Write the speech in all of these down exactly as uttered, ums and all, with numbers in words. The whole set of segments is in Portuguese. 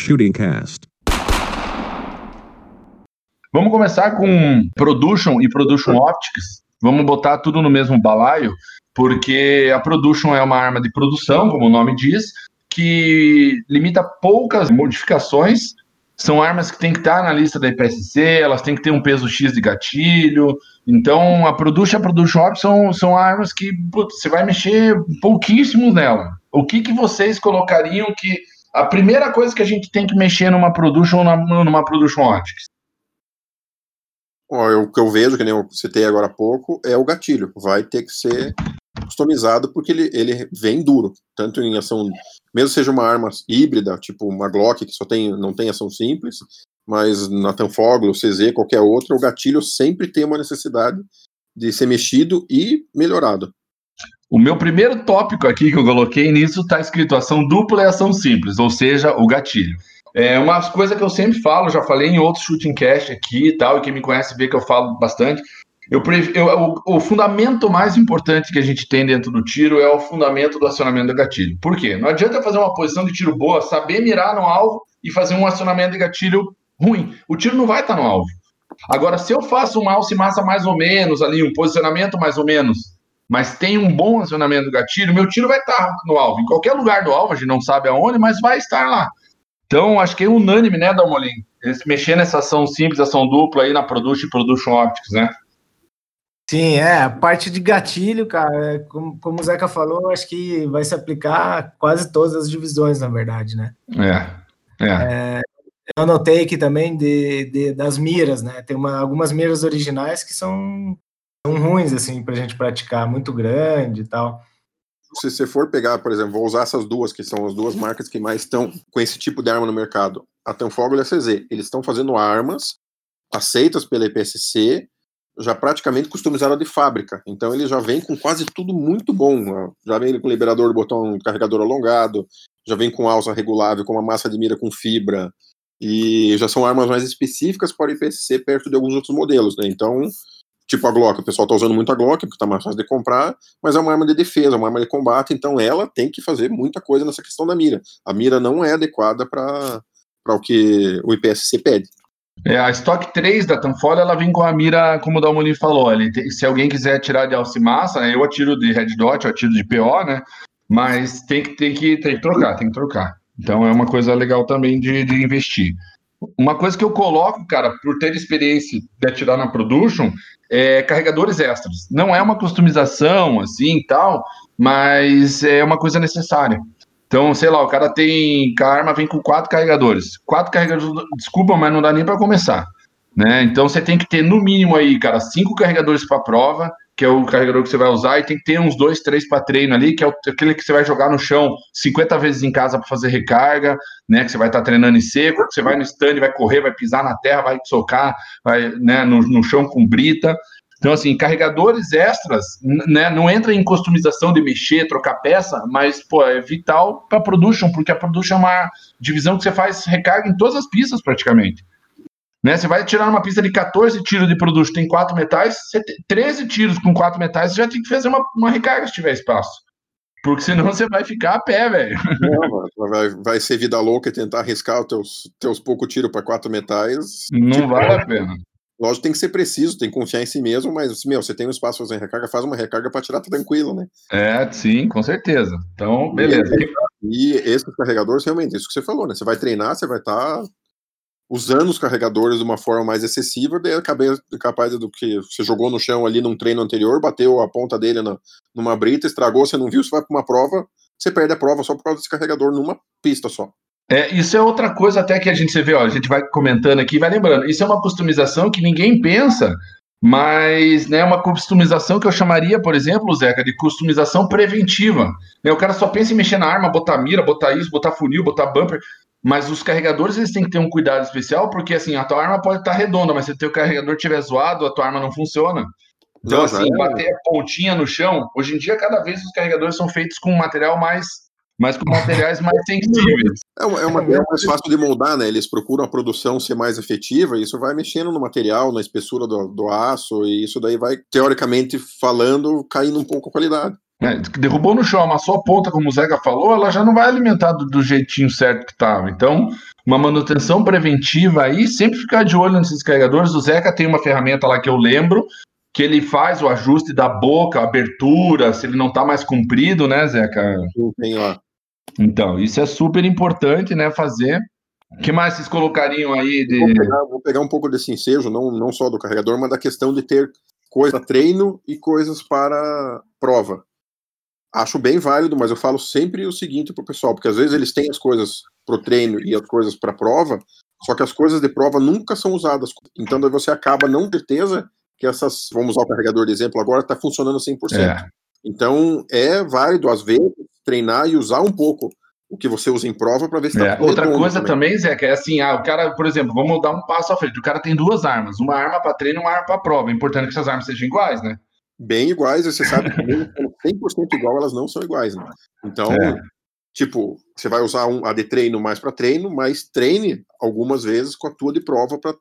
Shooting Cast. Vamos começar com Production e Production Optics. Vamos botar tudo no mesmo balaio, porque a Production é uma arma de produção, como o nome diz, que limita poucas modificações. São armas que tem que estar na lista da I P S C, elas têm que ter um peso X de gatilho. Então, a Production e a Production Optics são, são armas que putz, você vai mexer pouquíssimo nela. O que, que vocês colocariam que a primeira coisa que a gente tem que mexer numa Production ou numa Production Optics? O que eu vejo, que nem eu citei agora há pouco, é o gatilho. Vai ter que ser customizado porque ele, ele vem duro. Tanto em ação, mesmo seja uma arma híbrida, tipo uma Glock, que só tem, não tem ação simples, mas na Tanfoglio, C Z, qualquer outra, o gatilho sempre tem uma necessidade de ser mexido e melhorado. O meu primeiro tópico aqui que eu coloquei nisso está escrito ação dupla e ação simples, ou seja, o gatilho. É uma coisa que eu sempre falo, já falei em outros shooting cast aqui e tal, e quem me conhece vê que eu falo bastante. Eu, eu, o, o fundamento mais importante que a gente tem dentro do tiro é o fundamento do acionamento do gatilho. Por quê? Não adianta fazer uma posição de tiro boa, saber mirar no alvo e fazer um acionamento de gatilho ruim. O tiro não vai estar no alvo. Agora, se eu faço um alce massa mais ou menos ali, um posicionamento mais ou menos, mas tem um bom acionamento do gatilho, meu tiro vai estar no alvo. Em qualquer lugar do alvo, a gente não sabe aonde, mas vai estar lá. Então, acho que é unânime, né, Dalmolin? Eles mexer nessa ação simples, ação dupla aí na Production e Production Optics, né? Sim, é, a parte de gatilho, cara, como, como o Zeca falou, acho que vai se aplicar a quase todas as divisões, na verdade, né? É, é. é eu anotei aqui também de, de, das miras, né? Tem uma, algumas miras originais que são, são ruins, assim, pra gente praticar, muito grande e tal. Se você for pegar, por exemplo, vou usar essas duas, que são as duas marcas que mais estão com esse tipo de arma no mercado, a Tanfoglio e a C Z. Eles estão fazendo armas aceitas pela I P S C, já praticamente customizadas de fábrica. Então ele já vem com quase tudo muito bom. Já vem com liberador de botão, carregador alongado, já vem com alça regulável, com uma massa de mira com fibra, e já são armas mais específicas para a I P S C perto de alguns outros modelos, né? Então, tipo a Glock, o pessoal tá usando muito a Glock, porque tá mais fácil de comprar, mas é uma arma de defesa, uma arma de combate, então ela tem que fazer muita coisa nessa questão da mira. A mira não é adequada para o que o I P S C pede. É, a Stock três da Tanfoglio, ela vem com a mira, como o Dalmolin falou, ele tem, se alguém quiser atirar de alce massa, né, eu atiro de Red Dot, eu atiro de P O, né, mas tem que, tem que, tem que trocar, tem que trocar. Então é uma coisa legal também de, de investir. Uma coisa que eu coloco, cara, por ter experiência de atirar na Production, é carregadores extras. Não é uma customização, assim, e tal, mas é uma coisa necessária. Então, sei lá, o cara tem... A arma vem com quatro carregadores. Quatro carregadores, desculpa, mas não dá nem para começar, né? Então, você tem que ter, no mínimo aí, cara, cinco carregadores para prova, que é o carregador que você vai usar, e tem que ter uns dois, três para treino ali, que é aquele que você vai jogar no chão cinquenta vezes em casa para fazer recarga, né, que você vai estar tá treinando em seco, que você vai no stand, vai correr, vai pisar na terra, vai socar, vai, né, no, no chão com brita. Então, assim, carregadores extras, né, não entra em customização de mexer, trocar peça, mas, pô, é vital para a Production, porque a Production é uma divisão que você faz recarga em todas as pistas, praticamente. Né, você vai tirar uma pista de quatorze tiros de Production, tem quatro metais, você tem treze tiros com quatro metais, você já tem que fazer uma, uma recarga se tiver espaço. Porque senão você vai ficar a pé, velho. Vai, vai ser vida louca e tentar arriscar os teus, teus poucos tiros para quatro metais. Não tipo, vale a pena. Lógico, tem que ser preciso, tem que confiar em si mesmo, mas, meu, você tem um espaço para fazer recarga, faz uma recarga para tirar tranquilo, né? É, sim, com certeza. Então, beleza. E, e esses carregadores, realmente, isso que você falou, né? Você vai treinar, você vai estar tá usando os carregadores de uma forma mais excessiva, daí é capaz do que você jogou no chão ali num treino anterior, bateu a ponta dele na, numa brita, estragou, você não viu, você vai para uma prova, você perde a prova só por causa desse carregador numa pista só. É, isso é outra coisa até que a gente vê, ó, a gente vai comentando aqui, vai lembrando, isso é uma customização que ninguém pensa, mas é né, uma customização que eu chamaria, por exemplo, Zeca, de customização preventiva. Né, o cara só pensa em mexer na arma, botar mira, botar isso, botar funil, botar bumper, mas os carregadores eles têm que ter um cuidado especial, porque assim, a tua arma pode estar redonda, mas se o teu carregador estiver zoado, a tua arma não funciona. Então, não, assim, é... bater a pontinha no chão, hoje em dia, cada vez os carregadores são feitos com material mais... mas com materiais mais sensíveis. É um, é um material mais fácil de moldar, né? Eles procuram a produção ser mais efetiva, e isso vai mexendo no material, na espessura do, do aço, e isso daí vai, teoricamente falando, caindo um pouco a qualidade. É, derrubou no chão, amassou a ponta, como o Zeca falou, ela já não vai alimentar do, do jeitinho certo que estava. Então, uma manutenção preventiva aí, sempre ficar de olho nesses carregadores. O Zeca tem uma ferramenta lá que eu lembro, que ele faz o ajuste da boca, a abertura, se ele não está mais comprido, né, Zeca? Tem lá. Então, isso é super importante, né, fazer. O que mais vocês colocariam aí de... Vou pegar, vou pegar um pouco desse ensejo, não, não só do carregador, mas da questão de ter coisa para treino e coisas para prova. Acho bem válido, mas eu falo sempre o seguinte pro pessoal, porque às vezes eles têm as coisas pro treino e as coisas para prova, só que as coisas de prova nunca são usadas. Então daí você acaba não ter certeza que essas, vamos usar o carregador de exemplo agora, está funcionando cem por cento. É. Então é válido, às vezes, treinar e usar um pouco o que você usa em prova para ver se É. tá Outra coisa também. também, Zé, que é assim, ah, o cara, por exemplo, vamos dar um passo à frente. O cara tem duas armas, uma arma para treino e uma arma para prova. É importante que essas armas sejam iguais, né? Bem iguais, e você sabe que mesmo sendo cem por cento igual, elas não são iguais, né? Então, É. tipo, você vai usar um, a de treino mais para treino, mas treine algumas vezes com a tua de prova para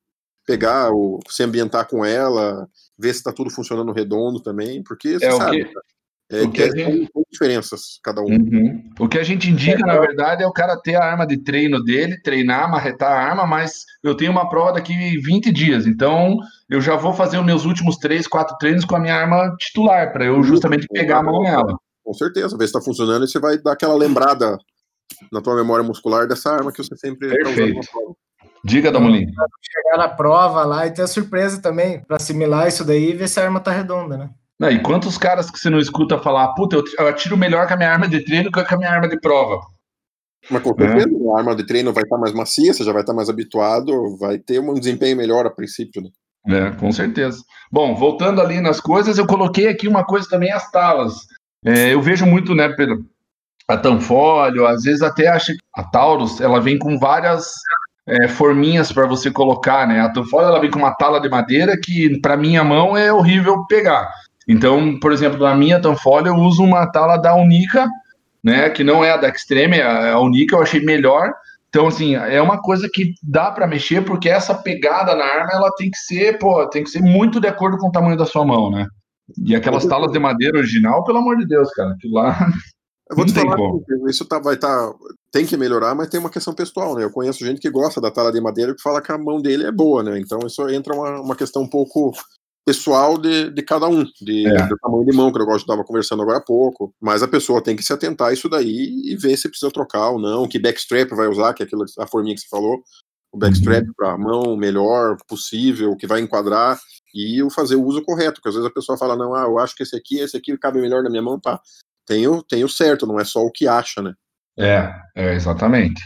pegar, o, se ambientar com ela, ver se está tudo funcionando redondo também, porque você É o sabe, que, é, o que é, a gente... são diferenças cada um. Uhum. O que a gente indica, na verdade, é o cara ter a arma de treino dele, treinar, marretar a arma, mas eu tenho uma prova daqui vinte dias, então eu já vou fazer os meus últimos três, quatro treinos com a minha arma titular, para eu justamente pegar a mão nela. Com certeza, ver se está funcionando e você vai dar aquela lembrada na tua memória muscular dessa arma que você sempre está usando na prova. Diga, Damolim. Chegar na prova lá e ter a surpresa também, para assimilar isso daí e ver se a arma tá redonda, né? Não, e quantos caras que você não escuta falar, puta, eu atiro melhor com a minha arma de treino que com a minha arma de prova? Mas com certeza, é. A arma de treino vai estar mais macia, você já vai estar mais habituado, vai ter um desempenho melhor a princípio, né? É, com certeza. Bom, voltando ali nas coisas, eu coloquei aqui uma coisa também, as talas. É, eu vejo muito, né, pelo a Tanfoglio, às vezes até acho que a Taurus, ela vem com várias é, forminhas para você colocar, né? A Tanfoglio, ela vem com uma tala de madeira que, para minha mão, é horrível pegar. Então, por exemplo, na minha Tanfoglio, eu uso uma tala da Unica, né, que não é a da Extreme, a Unica eu achei melhor. Então, assim, é uma coisa que dá para mexer, porque essa pegada na arma, ela tem que ser, pô, tem que ser muito de acordo com o tamanho da sua mão, né? E aquelas talas de madeira original, pelo amor de Deus, cara, aquilo lá... Eu vou te falar que isso tá, vai estar... Tá, tem que melhorar, mas tem uma questão pessoal, né? Eu conheço gente que gosta da tala de madeira e que fala que a mão dele é boa, né? Então isso entra uma, uma questão um pouco pessoal de, de cada um, de, é. do tamanho de mão, que eu estava conversando agora há pouco. Mas a pessoa tem que se atentar a isso daí e ver se precisa trocar ou não, que backstrap vai usar, que é aquilo, a forminha que você falou, o backstrap uhum. para a mão melhor possível, que vai enquadrar, e o fazer o uso correto, porque às vezes a pessoa fala, não, ah, eu acho que esse aqui, esse aqui cabe melhor na minha mão, pá. Tem o, tem o certo, não é só o que acha, né? É, é exatamente.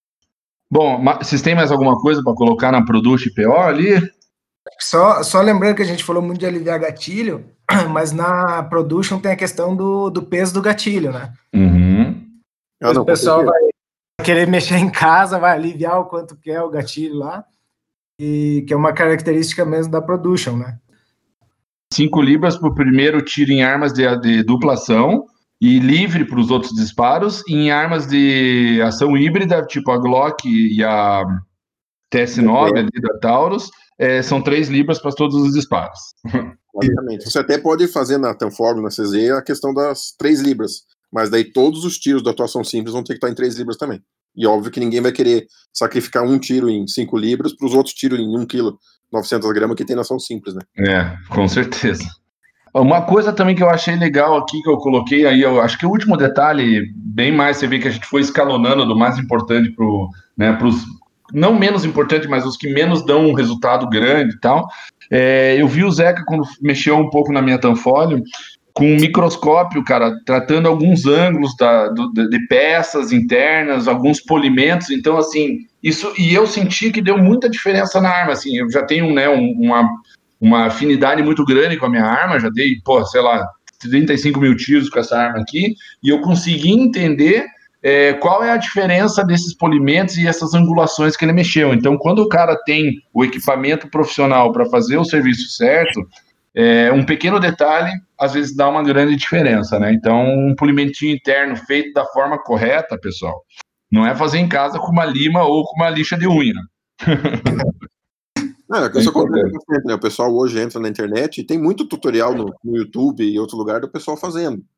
Bom, vocês têm mais alguma coisa para colocar na Produce P O ali? Só, só lembrando que a gente falou muito de aliviar gatilho, mas na Production tem a questão do, do peso do gatilho, né? Uhum. Ah, não, o pessoal vai querer mexer em casa, vai aliviar o quanto quer o gatilho lá, e que é uma característica mesmo da Production, né? cinco libras para o primeiro tiro em armas de, de dupla ação e livre para os outros disparos. E em armas de ação híbrida, tipo a Glock e a T S nove ali da Taurus, é, são três libras para todos os disparos. Exatamente. Você até pode fazer na Tanfoglio, na C Z, a questão das três libras, mas daí todos os tiros da atuação simples vão ter que estar em três libras também. E óbvio que ninguém vai querer sacrificar um tiro em cinco libras para os outros tiros em um quilo, novecentos gramas, que tem na ação simples, né? É, com certeza. Uma coisa também que eu achei legal aqui, que eu coloquei aí, eu acho que o último detalhe, bem mais, você vê que a gente foi escalonando do mais importante para né, os não menos importante, mas os que menos dão um resultado grande e tal. É, eu vi o Zeca, quando mexeu um pouco na minha Tanfoglio, com um microscópio, cara, tratando alguns ângulos da, do, de peças internas, alguns polimentos. Então, assim, isso... E eu senti que deu muita diferença na arma, assim. Eu já tenho, né, um, uma, uma afinidade muito grande com a minha arma, já dei, pô, sei lá, trinta e cinco mil tiros com essa arma aqui, e eu consegui entender... É, qual é a diferença desses polimentos e essas angulações que ele mexeu. Então, quando o cara tem o equipamento profissional para fazer o serviço certo, é, um pequeno detalhe, às vezes, dá uma grande diferença, né? Então, um polimentinho interno feito da forma correta, pessoal, não é fazer em casa com uma lima ou com uma lixa de unha. Não, é, isso acontece bastante, né? O pessoal hoje entra na internet e tem muito tutorial no, no YouTube e outro lugar do pessoal fazendo.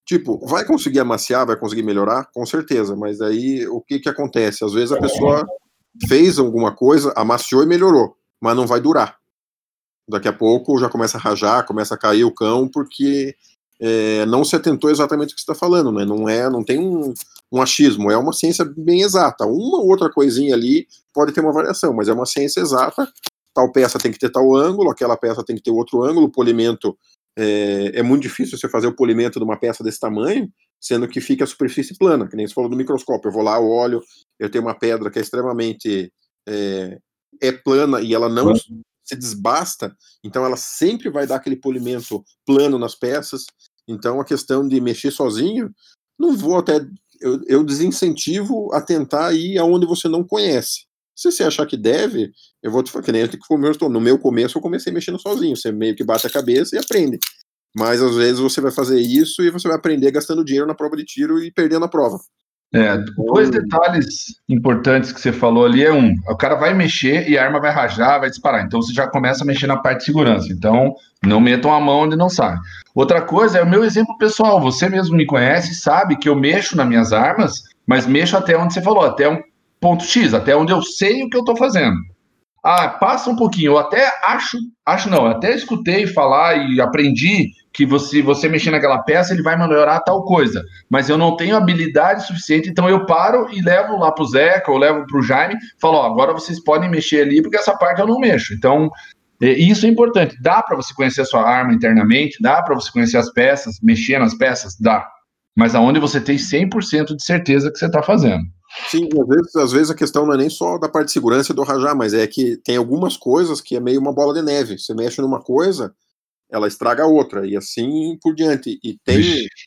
Tipo, vai conseguir amaciar, vai conseguir melhorar? Com certeza, mas aí o que que acontece? Às vezes a pessoa fez alguma coisa, amaciou e melhorou, mas não vai durar. Daqui a pouco já começa a rajar, começa a cair o cão, porque é, não se atentou exatamente o que você está falando, né? Não, é, não tem um, um achismo, é uma ciência bem exata. Uma ou outra coisinha ali pode ter uma variação, mas é uma ciência exata. Tal peça tem que ter tal ângulo, aquela peça tem que ter outro ângulo, o polimento, é, é muito difícil você fazer o polimento de uma peça desse tamanho, sendo que fica a superfície plana, que nem você falou do microscópio. Eu vou lá, eu olho, eu tenho uma pedra que é extremamente é, é plana e ela não se desbasta, então ela sempre vai dar aquele polimento plano nas peças. Então a questão de mexer sozinho, não vou até, eu, eu desincentivo a tentar ir aonde você não conhece. Se você achar que deve, eu vou te falar, que nem eu estou, no meu começo eu comecei mexendo sozinho, você meio que bate a cabeça e aprende. Mas às vezes você vai fazer isso e você vai aprender gastando dinheiro na prova de tiro e perdendo a prova. É, dois detalhes importantes que você falou ali é um, o cara vai mexer e a arma vai rajar, vai disparar, então você já começa a mexer na parte de segurança, então não metam a mão onde não sabe. Outra coisa é o meu exemplo pessoal, você mesmo me conhece, sabe que eu mexo nas minhas armas, mas mexo até onde você falou, até um ponto X, até onde eu sei o que eu tô fazendo. Ah, passa um pouquinho, eu até acho, acho não, eu até escutei falar e aprendi que você, você mexer naquela peça, ele vai melhorar tal coisa, mas eu não tenho habilidade suficiente, então eu paro e levo lá pro Zeca, ou levo pro Jaime, falo, ó, agora vocês podem mexer ali, porque essa parte eu não mexo. Então, isso é importante, dá para você conhecer a sua arma internamente, dá para você conhecer as peças, mexer nas peças, dá, mas aonde você tem cem por cento de certeza que você está fazendo. Sim, às vezes, às vezes a questão não é nem só da parte de segurança e do rajar, mas é que tem algumas coisas que é meio uma bola de neve. Você mexe numa coisa, ela estraga a outra, e assim por diante. E tem,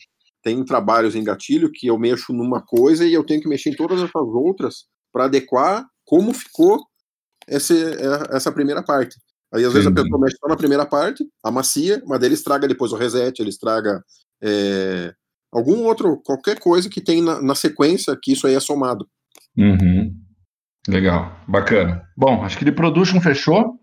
tem trabalhos em gatilho que eu mexo numa coisa e eu tenho que mexer em todas essas outras para adequar como ficou esse, essa primeira parte. Aí às Sim. vezes a pessoa mexe só na primeira parte, amacia, mas daí ele estraga depois o reset, ele estraga... É, algum outro, qualquer coisa que tem na, na sequência, que isso aí é somado. Uhum. Legal, bacana. Bom, acho que de Production fechou.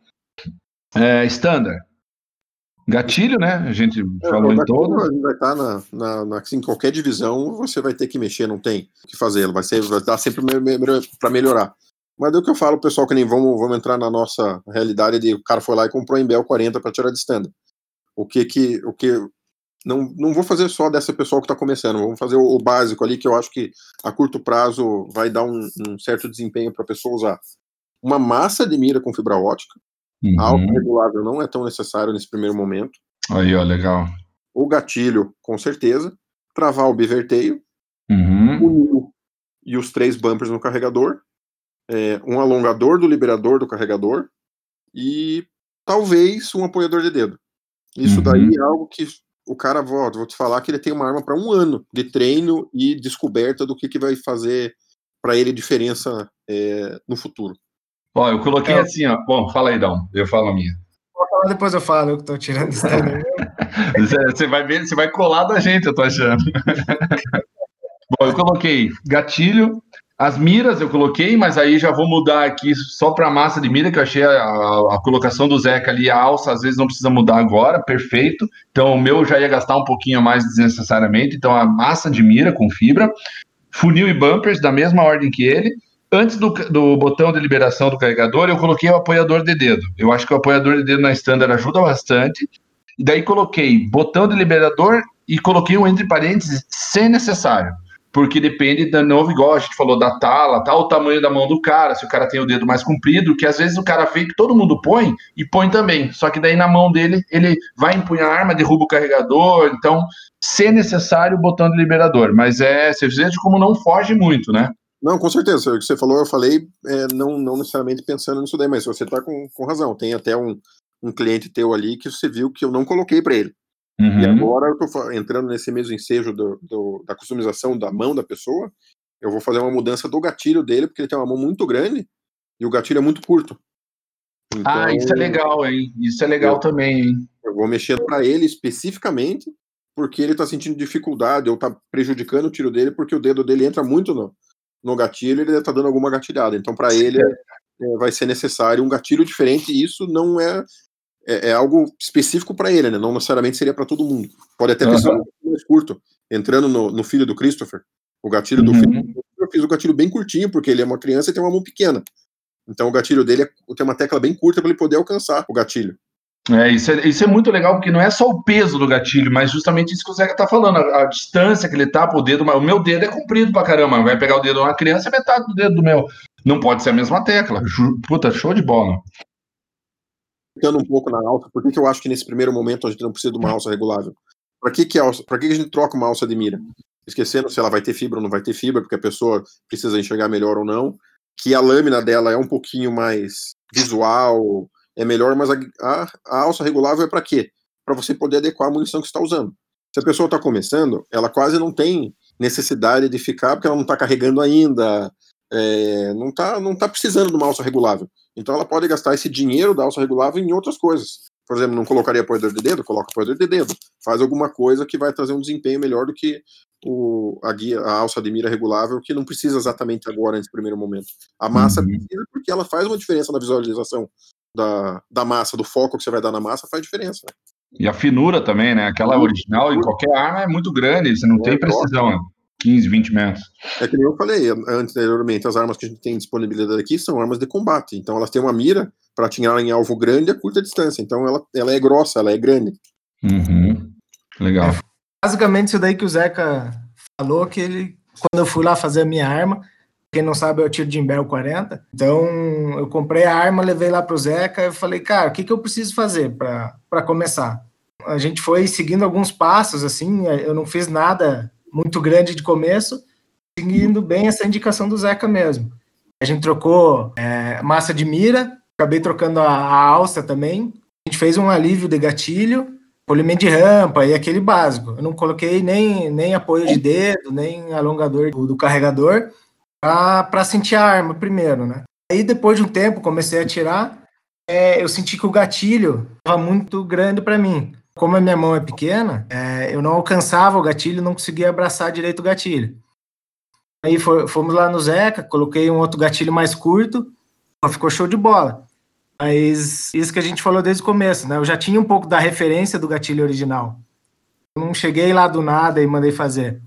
É, standard. Gatilho, né? A gente é, falou em todas. A gente vai estar na, na, na assim, qualquer divisão, você vai ter que mexer, não tem o que fazer. Vai, ser, vai dar sempre para melhorar. Mas é o que eu falo, pessoal, que nem vamos, vamos entrar na nossa realidade de o cara foi lá e comprou em Bell quarenta para tirar de standard. O que que... O que Não, não vou fazer só dessa pessoa que está começando, vamos fazer o, o básico ali, que eu acho que a curto prazo vai dar um, um certo desempenho para a pessoa usar. Uma massa de mira com fibra ótica, uhum. Algo regulável não é tão necessário nesse primeiro momento. Aí, ó, legal. O gatilho, com certeza. Travar o biverteio, uhum. o nil e os três bumpers no carregador, é, um alongador do liberador do carregador e talvez um apoiador de dedo. Isso uhum. daí é algo que o cara, vou, vou te falar que ele tem uma arma para um ano de treino e descoberta do que, que vai fazer para ele diferença é, no futuro. Ó, eu coloquei é, assim, ó. Bom, fala aí, Dão. Eu falo a minha. Vou falar depois, eu falo, eu que tô tirando isso também. Você vai ver, você vai colar da gente, eu tô achando. Bom, eu coloquei gatilho, as miras eu coloquei, mas aí já vou mudar aqui só para massa de mira, que eu achei a, a, a colocação do Zeca ali, a alça, às vezes não precisa mudar agora, perfeito. Então o meu já ia gastar um pouquinho a mais desnecessariamente, então a massa de mira com fibra, funil e bumpers da mesma ordem que ele. Antes do, do botão de liberação do carregador, eu coloquei o apoiador de dedo. Eu acho que o apoiador de dedo na standard ajuda bastante. E daí coloquei botão de liberador e coloquei um entre parênteses, se necessário. Porque depende da novo, igual a gente falou, da tala, tá, o tamanho da mão do cara, se o cara tem o dedo mais comprido, que às vezes o cara fake, todo mundo põe, e põe também, só que daí na mão dele, ele vai empunhar a arma, derruba o carregador, então, se necessário, o botão de liberador, mas é, você vê como não foge muito, né? Não, com certeza, o que você falou, eu falei, é, não, não necessariamente pensando nisso daí, mas você tá com, com razão, tem até um, um cliente teu ali que você viu que eu não coloquei para ele. Uhum. E agora eu tô entrando nesse mesmo ensejo do, do, da customização da mão da pessoa, eu vou fazer uma mudança do gatilho dele, porque ele tem uma mão muito grande e o gatilho é muito curto. Então, ah, isso é legal, hein? Isso é legal eu, também, hein? Eu vou mexer para ele especificamente porque ele tá sentindo dificuldade ou tá prejudicando o tiro dele porque o dedo dele entra muito no, no gatilho e ele tá dando alguma gatilhada. Então, para ele, é, vai ser necessário um gatilho diferente e isso não é... É, é algo específico para ele, né? Não necessariamente seria para todo mundo. Pode até ter uhum. mais curto. Entrando no, no filho do Christopher, o gatilho do Uhum. filho, eu fiz o gatilho bem curtinho, porque ele é uma criança e tem uma mão pequena. Então o gatilho dele é, tem uma tecla bem curta para ele poder alcançar o gatilho. É isso, é, isso é muito legal, porque não é só o peso do gatilho, mas justamente isso que o Zeca tá falando, a, a distância que ele tá pro dedo, o meu dedo é comprido pra caramba, vai pegar o dedo de uma criança, é metade do dedo do meu. Não pode ser a mesma tecla. Puta, show de bola. Ficando um pouco na alça, por que, que eu acho que nesse primeiro momento a gente não precisa de uma alça regulável? Para que, que, alça, pra que, que a gente troca uma alça de mira? Esquecendo se ela vai ter fibra ou não vai ter fibra, porque a pessoa precisa enxergar melhor ou não, que a lâmina dela é um pouquinho mais visual, é melhor, mas a, a, a alça regulável é para quê? Para você poder adequar a munição que você está usando. Se a pessoa está começando, ela quase não tem necessidade de ficar, porque ela não está carregando ainda, é, não está não tá precisando de uma alça regulável. Então ela pode gastar esse dinheiro da alça regulável em outras coisas. Por exemplo, não colocaria apoiador de dedo? Coloca apoiador de dedo. Faz alguma coisa que vai trazer um desempenho melhor do que o, a, guia, a alça de mira regulável, que não precisa exatamente agora, nesse primeiro momento. A massa uhum. precisa, porque ela faz uma diferença na visualização da, da massa, do foco que você vai dar na massa, faz diferença. Né? E a finura também, né? Aquela uhum. original em qualquer arma é muito grande, você não é, tem precisão, né? quinze, vinte metros. É que nem eu falei anteriormente, as armas que a gente tem disponibilidade aqui são armas de combate, então elas têm uma mira para atirar em alvo grande a curta distância, então ela, ela é grossa, ela é grande. Uhum. Legal. É, basicamente isso daí que o Zeca falou, que ele, quando eu fui lá fazer a minha arma, quem não sabe, eu tiro de Imbel quarenta, então eu comprei a arma, levei lá pro Zeca e falei, cara, o que, que eu preciso fazer para começar? A gente foi seguindo alguns passos, assim, eu não fiz nada muito grande de começo, seguindo bem essa indicação do Zeca mesmo. A gente trocou é, massa de mira, acabei trocando a, a alça também, a gente fez um alívio de gatilho, polimento de rampa e aquele básico. Eu não coloquei nem, nem apoio de dedo, nem alongador do, do carregador, para sentir a arma primeiro, né? Aí depois de um tempo comecei a atirar, é, eu senti que o gatilho estava muito grande para mim. Como a minha mão é pequena, é, eu não alcançava o gatilho, não conseguia abraçar direito o gatilho. Aí foi, fomos lá no Zeca, coloquei um outro gatilho mais curto, ficou show de bola. Mas isso que a gente falou desde o começo, né? Eu já tinha um pouco da referência do gatilho original. Eu não cheguei lá do nada e mandei fazer.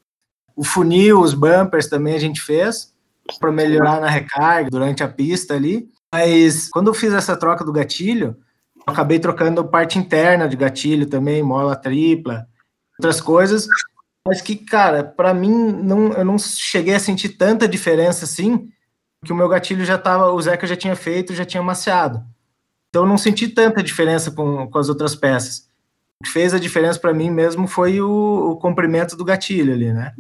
O funil, os bumpers também a gente fez para melhorar na recarga durante a pista ali. Mas quando eu fiz essa troca do gatilho, eu acabei trocando parte interna de gatilho também, mola tripla, outras coisas. Mas que, cara, para mim, não, eu não cheguei a sentir tanta diferença assim, que o meu gatilho já estava, o Zeca já tinha feito, já tinha maciado. Então eu não senti tanta diferença com, com as outras peças. O que fez a diferença para mim mesmo foi o, o comprimento do gatilho ali, né?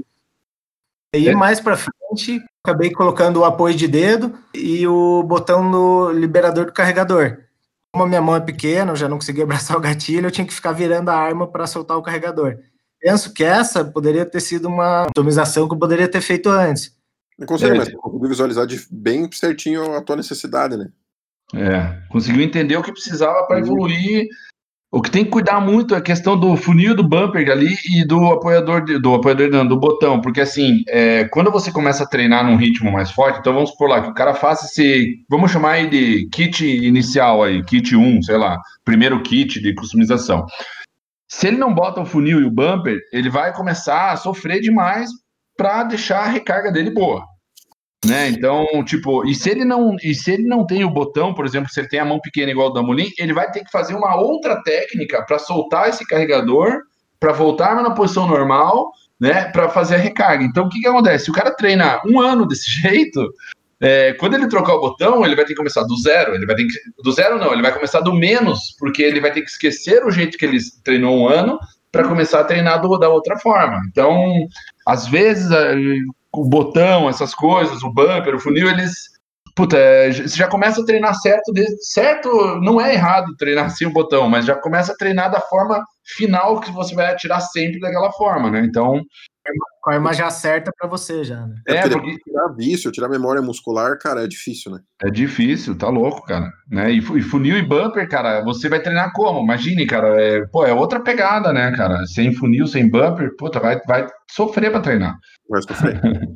E é. mais para frente, acabei colocando o apoio de dedo e o botão no liberador do carregador. Como a minha mão é pequena, eu já não conseguia abraçar o gatilho, eu tinha que ficar virando a arma para soltar o carregador. Penso que essa poderia ter sido uma atomização que eu poderia ter feito antes. Não consegue, é. mas conseguiu visualizar de bem certinho a tua necessidade, né? É, conseguiu entender o que precisava para evoluir. O que tem que cuidar muito é a questão do funil do bumper ali e do apoiador, de, do apoiador não, do botão, porque assim, é, quando você começa a treinar num ritmo mais forte, então vamos supor lá que o cara faça esse, vamos chamar aí de kit inicial aí, kit um, sei lá, primeiro kit de customização. Se ele não bota o funil e o bumper, ele vai começar a sofrer demais para deixar a recarga dele boa. Né? Então, tipo, e se ele não, e se ele não tem o botão, por exemplo, se ele tem a mão pequena igual o da Molin, ele vai ter que fazer uma outra técnica para soltar esse carregador, para voltar na posição normal, né, para fazer a recarga. Então, o que que acontece? Se o cara treina um ano desse jeito, é, quando ele trocar o botão, ele vai ter que começar do zero, ele vai ter que, do zero não, ele vai começar do menos, porque ele vai ter que esquecer o jeito que ele treinou um ano para começar a treinar do, da outra forma. Então, às vezes, o botão, essas coisas, o bumper, o funil, eles... Puta, você já começa a treinar certo, certo, não é errado treinar assim o botão, mas já começa a treinar da forma final que você vai atirar sempre daquela forma, né? Então... Com a arma já certa pra você, já, né? É, porque, porque tirar vício, tirar memória muscular, cara, é difícil, né? É difícil, tá louco, cara. Né? E funil e bumper, cara, você vai treinar como? Imagine, cara, é, pô, é outra pegada, né, cara? Sem funil, sem bumper, puta, vai, vai sofrer pra treinar. Vai sofrer.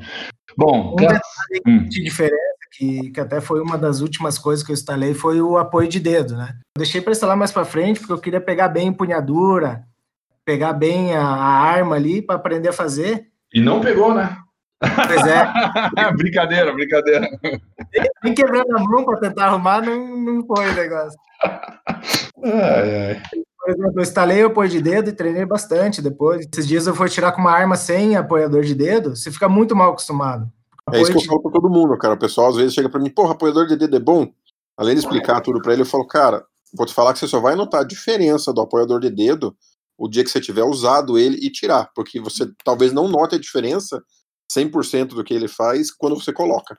Bom, um detalhe hum. de diferença, que, que até foi uma das últimas coisas que eu instalei, foi o apoio de dedo, né? Eu deixei pra instalar mais pra frente, porque eu queria pegar bem empunhadura, pegar bem a, a arma ali para aprender a fazer. E não pegou, né? Pois é. Brincadeira, brincadeira. Nem quebrando a mão para tentar arrumar, não, não foi o negócio. Ai, ai. Por exemplo, eu instalei o apoio de dedo e treinei bastante depois. Esses dias eu fui tirar com uma arma sem apoiador de dedo, você fica muito mal acostumado. É isso que eu falo pra todo mundo, cara. O pessoal às vezes chega pra mim, porra, apoiador de dedo é bom? Além de explicar tudo pra ele, eu falo, cara, vou te falar que você só vai notar a diferença do apoiador de dedo o dia que você tiver usado ele e tirar, porque você talvez não note a diferença cem por cento do que ele faz quando você coloca.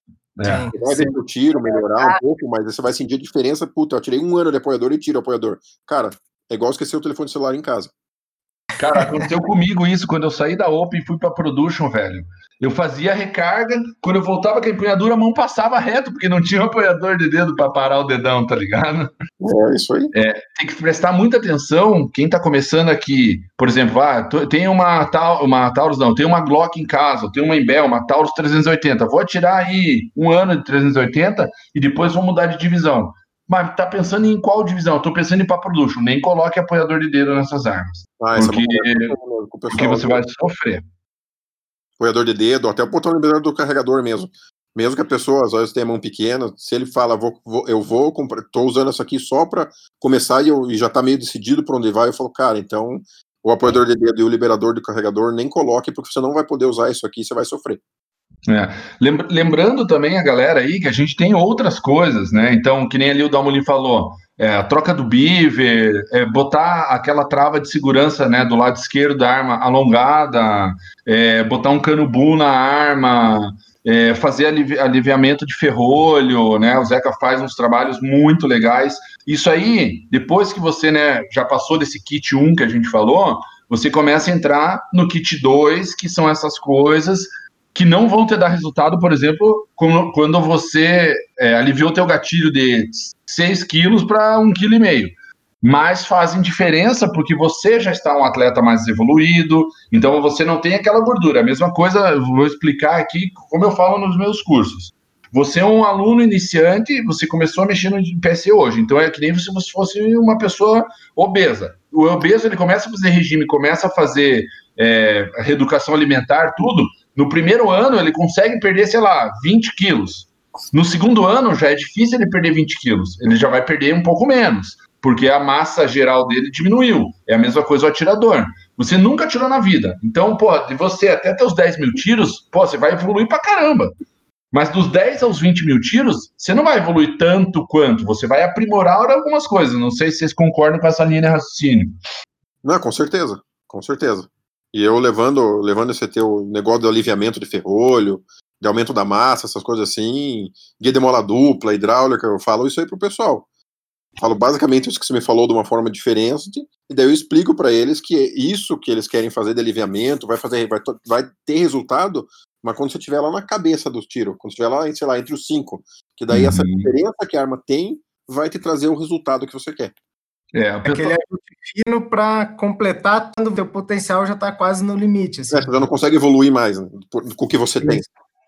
É. Você vai ver o tiro melhorar um pouco, mas você vai sentir a diferença. Puta, eu tirei um ano de apoiador e tiro o apoiador. Cara, é igual esquecer o telefone celular em casa. Cara, aconteceu comigo isso quando eu saí da Open e fui pra Production, velho. Eu fazia a recarga, quando eu voltava com a empunhadura, a mão passava reto, porque não tinha um apoiador de dedo pra parar o dedão, tá ligado? É, isso aí. É, tem que prestar muita atenção, quem tá começando aqui, por exemplo, ah, tem uma, uma Taurus, não, tem uma Glock em casa, tem uma Imbel, uma Taurus trezentos e oitenta, vou atirar aí um ano de trezentos e oitenta e depois vou mudar de divisão. Mas tá pensando em qual divisão? Eu tô pensando em para Production, nem coloque apoiador de dedo nessas armas, Ah, porque, é porque você vai sofrer. Apoiador de dedo, até o botão liberador do carregador mesmo. Mesmo que a pessoa às vezes tenha mão pequena, se ele fala, vou, vou, eu vou comprar, tô usando isso aqui só para começar e, eu, e já tá meio decidido para onde vai, eu falo, cara, então o apoiador de dedo e o liberador do carregador nem coloque, porque você não vai poder usar isso aqui, você vai sofrer. É. Lembrando também a galera aí que a gente tem outras coisas, né? Então, que nem ali o Dalmolin falou, é, a troca do beaver, é, botar aquela trava de segurança, né, do lado esquerdo da arma alongada, é, botar um cano bull na arma, é, fazer alivi aliviamento de ferrolho, né? O Zeca faz uns trabalhos muito legais. Isso aí, depois que você, né, já passou desse kit um que a gente falou, você começa a entrar no kit dois, que são essas coisas que não vão te dar resultado, por exemplo, quando você é, aliviou o teu gatilho de seis quilos para um vírgula cinco quilos, mas fazem diferença porque você já está um atleta mais evoluído, então você não tem aquela gordura. A mesma coisa, vou explicar aqui, como eu falo nos meus cursos. Você é um aluno iniciante, você começou a mexer no P S hoje, então é que nem se você fosse uma pessoa obesa. O obeso, ele começa a fazer regime, começa a fazer é, reeducação alimentar, tudo. No primeiro ano, ele consegue perder, sei lá, vinte quilos. No segundo ano, já é difícil ele perder vinte quilos. Ele já vai perder um pouco menos, porque a massa geral dele diminuiu. É a mesma coisa o atirador. Você nunca atirou na vida. Então, pô, de você até ter os dez mil tiros, pô, você vai evoluir pra caramba. Mas dos dez aos vinte mil tiros, você não vai evoluir tanto quanto. Você vai aprimorar algumas coisas. Não sei se vocês concordam com essa linha de raciocínio. Não, com certeza. Com certeza. E eu levando, levando esse teu negócio de aliviamento de ferrolho, de aumento da massa, essas coisas assim, guia de mola dupla, hidráulica, eu falo isso aí pro pessoal. Falo basicamente isso que você me falou de uma forma diferente, e daí eu explico para eles que isso que eles querem fazer de aliviamento vai fazer, vai, vai ter resultado, mas quando você estiver lá na cabeça do tiro, quando estiver lá, sei lá, entre os cinco, que daí uhum. essa diferença que a arma tem vai te trazer o resultado que você quer. É, pessoal... Aquele ajuste fino para completar quando o teu potencial já está quase no limite. Assim. É, você já não consegue evoluir mais, né, com o que você tem.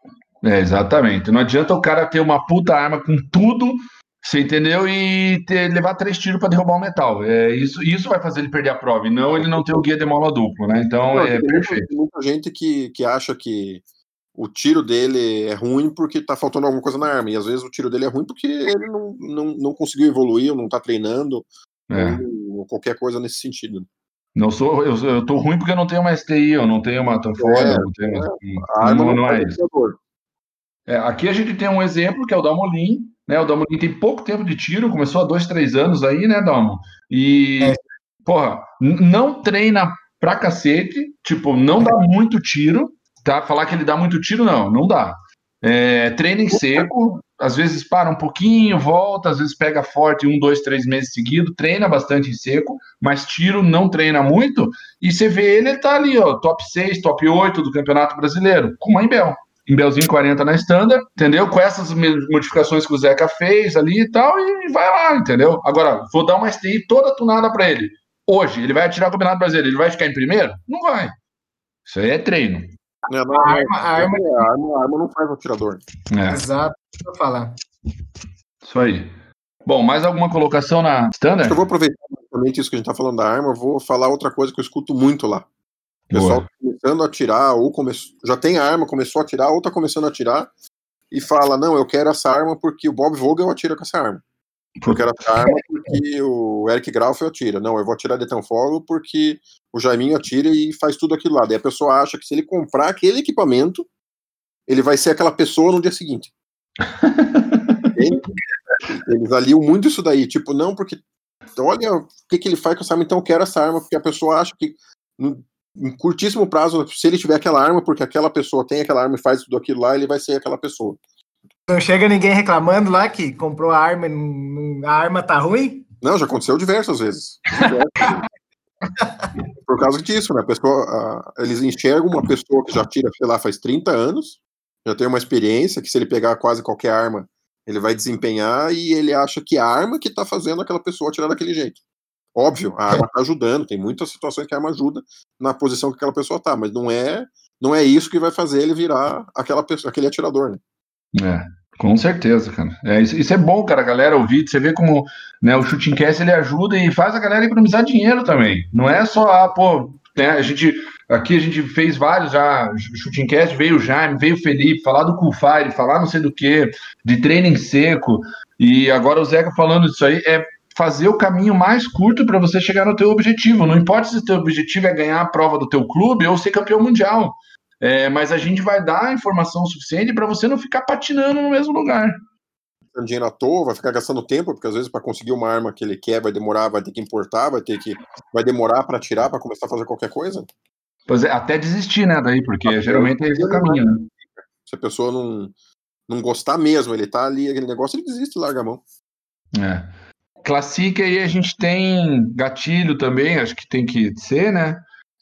É, exatamente. Não adianta o cara ter uma puta arma com tudo, você entendeu? E ter, levar três tiros para derrubar o metal. É, isso, isso vai fazer ele perder a prova, e não ele não ter o guia de mola duplo, né? Então, não, é tem perfeito. Tem muita gente que, que acha que o tiro dele é ruim porque tá faltando alguma coisa na arma, e às vezes o tiro dele é ruim porque ele não, não, não conseguiu evoluir, ou não tá treinando, é. ou, ou qualquer coisa nesse sentido. Não sou, eu, eu tô ruim porque eu não tenho uma S T I, eu não tenho uma Tanfoil, é, não tenho uma... A arma não, não, não é isso. É, aqui a gente tem um exemplo que é o Dalmolin, né? O Dalmolin tem pouco tempo de tiro, começou há dois, três anos aí, né, Dalmo? E, é. porra, não treina pra cacete, tipo, não dá muito tiro, tá? Falar que ele dá muito tiro, não, não dá. É, treina em seco, às vezes para um pouquinho, volta, às vezes pega forte um, dois, três meses seguidos, treina bastante em seco, mas tiro não treina muito, e você vê ele, ele tá ali, ó, top seis, top oito do Campeonato Brasileiro, com uma Imbel. Imbelzinho quarenta na Standard, entendeu? Com essas modificações que o Zeca fez ali e tal, e vai lá, entendeu? Agora, vou dar uma S T I toda tunada para ele. Hoje, ele vai atirar o Campeonato Brasileiro, ele vai ficar em primeiro? Não vai. Isso aí é treino. É, não, a, arma, a, arma, a, arma, a arma não faz o atirador. É. Exato, vou falar. Isso aí. Bom, mais alguma colocação na Standard? Acho que eu vou aproveitar exatamente isso que a gente tá falando da arma, eu vou falar outra coisa que eu escuto muito lá. O pessoal tá começando a atirar, ou come... já tem a arma, começou a atirar, ou tá começando a atirar, e fala, não, eu quero essa arma porque o Bob Vogel atira com essa arma. Eu quero essa arma porque o Eric Graufe atira. Não, eu vou atirar de Titanfall porque o Jaiminho atira e faz tudo aquilo lá. Daí a pessoa acha que se ele comprar aquele equipamento, ele vai ser aquela pessoa no dia seguinte. Eles aliam muito isso daí. Tipo, não, porque olha o que, que ele faz com essa arma, então eu quero essa arma, porque a pessoa acha que no, em curtíssimo prazo, se ele tiver aquela arma, porque aquela pessoa tem aquela arma e faz tudo aquilo lá, ele vai ser aquela pessoa. Não chega ninguém reclamando lá que comprou a arma e a arma tá ruim? Não, já aconteceu diversas vezes. Diversas. Por causa disso, né? A pessoa, a, eles enxergam uma pessoa que já tira, sei lá, faz trinta anos, já tem uma experiência, que se ele pegar quase qualquer arma, ele vai desempenhar, e ele acha que a arma que tá fazendo aquela pessoa atirar daquele jeito. Óbvio, a arma tá ajudando, tem muitas situações que a arma ajuda na posição que aquela pessoa tá, mas não é, não é isso que vai fazer ele virar aquela pessoa, aquele atirador, né? É, com certeza, cara. É, isso, isso é bom, cara, a galera ouvir. Você vê como, né, o Shooting Cast ele ajuda e faz a galera economizar dinheiro também. Não é só, ah, pô, né, a gente, aqui a gente fez vários já, Shooting Cast, veio o Jaime, veio o Felipe, falar do Coolfire, falar não sei do que, de treino em seco, e agora o Zeca falando disso aí, é fazer o caminho mais curto para você chegar no teu objetivo. Não importa se o teu objetivo é ganhar a prova do teu clube ou ser campeão mundial. É, mas a gente vai dar a informação suficiente para você não ficar patinando no mesmo lugar. Gastando dinheiro à toa, vai ficar gastando tempo, porque às vezes para conseguir uma arma que ele quer vai demorar, vai ter que importar, vai ter que vai demorar para tirar, para começar a fazer qualquer coisa. Pois é, até desistir, né, daí, porque até geralmente é esse o caminho, né? Se a pessoa não, não gostar mesmo, ele tá ali, aquele negócio, ele desiste e larga a mão. É. Classic aí a gente tem gatilho também, acho que tem que ser, né?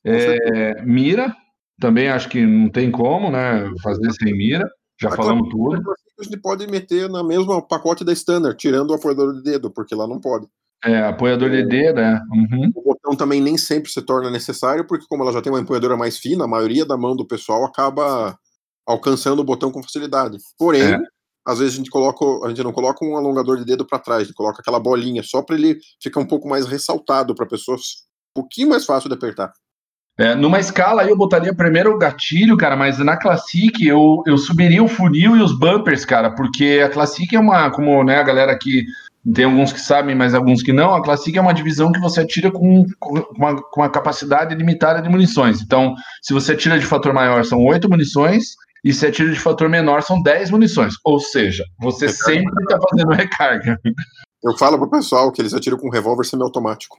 É, mira, também acho que não tem como, né? Fazer sem mira. Já a falamos tudo. A gente pode meter na mesma pacote da Standard, tirando o apoiador de dedo, porque lá não pode. É, apoiador de dedo, é. Uhum. O botão também nem sempre se torna necessário, porque como ela já tem uma empunhadura mais fina, a maioria da mão do pessoal acaba alcançando o botão com facilidade. Porém, é. às vezes a gente, coloca, a gente não coloca um alongador de dedo para trás, a gente coloca aquela bolinha, só para ele ficar um pouco mais ressaltado, para a pessoa um pouquinho mais fácil de apertar. É, numa escala aí eu botaria primeiro o gatilho, cara, mas na Classic eu, eu subiria o funil e os bumpers, cara, porque a Classic é uma, como né, a galera aqui, tem alguns que sabem, mas alguns que não, a Classic é uma divisão que você atira com, com, uma, com uma capacidade limitada de munições. Então, se você atira de fator maior, são oito munições, e se atira de fator menor, são dez munições. Ou seja, você recarga. Sempre está fazendo recarga. Eu falo pro pessoal que eles atiram com um revólver semiautomático.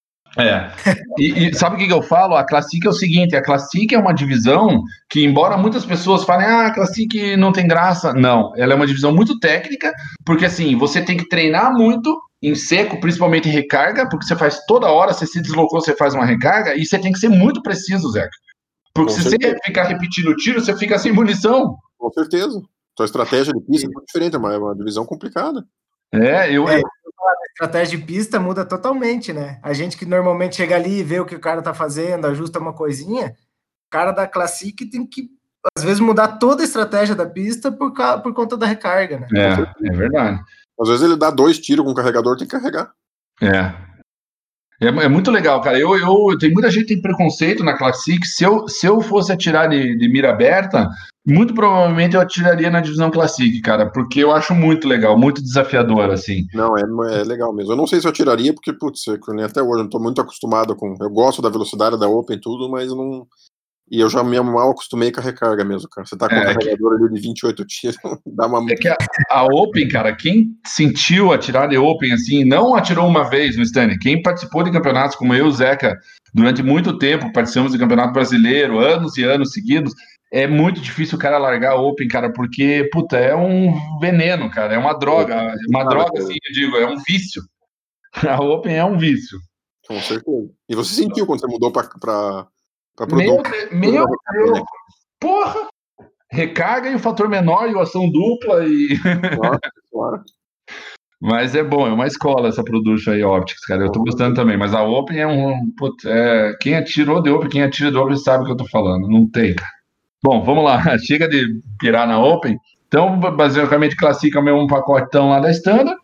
É, e, e sabe o que, que eu falo? A Classic é o seguinte, a Classic é uma divisão que, embora muitas pessoas falem, ah, a Classic não tem graça, não, ela é uma divisão muito técnica, porque assim, você tem que treinar muito em seco, principalmente em recarga, porque você faz toda hora, você se deslocou, você faz uma recarga, e você tem que ser muito preciso, Zeca. Porque Com se certeza. Você ficar repetindo o tiro, você fica sem munição. Com certeza. Sua estratégia de pista é muito diferente, é uma divisão complicada. É, eu... É. A estratégia de pista muda totalmente, né? A gente que normalmente chega ali e vê o que o cara tá fazendo, ajusta uma coisinha, o cara da Classic tem que, às vezes, mudar toda a estratégia da pista por, por conta da recarga, né? É, é verdade. Às vezes ele dá dois tiros com o carregador, tem que carregar. É. É, é muito legal, cara. Eu, eu, tem muita gente que tem preconceito na Classic. Se eu, se eu fosse atirar de, de mira aberta, muito provavelmente eu atiraria na divisão Classic, cara, porque eu acho muito legal, muito desafiador, assim. Não, é, é legal mesmo. Eu não sei se eu atiraria, porque, putz, até hoje eu não tô muito acostumado com... Eu gosto da velocidade da Open e tudo, mas não... E eu já me mal acostumei com a recarga mesmo, cara. Você tá com é, um carregador ali de vinte e oito tiros, dá uma... É que a, a Open, cara, quem sentiu atirar de Open, assim, não atirou uma vez no stand. Quem participou de campeonatos, como eu e o Zeca, durante muito tempo, participamos de campeonato brasileiro, anos e anos seguidos, é muito difícil o cara largar a Open, cara, porque, puta, é um veneno, cara, é uma droga. Uma droga, assim, eu digo, é um vício. A Open é um vício. Com certeza. E você sentiu quando você mudou pra... pra... Meu, meu Deus, porra! Recarga e o fator menor e o ação dupla e. Claro, claro. Mas é bom, é uma escola essa Production aí, Optics, cara. Eu tô gostando também, mas a Open é um. Putz, é, quem atirou de Open, quem atira de Open sabe o que eu tô falando. Não tem, cara. Bom, vamos lá. Chega de pirar na Open. Então, basicamente, classifica o mesmo pacotão lá da Standard.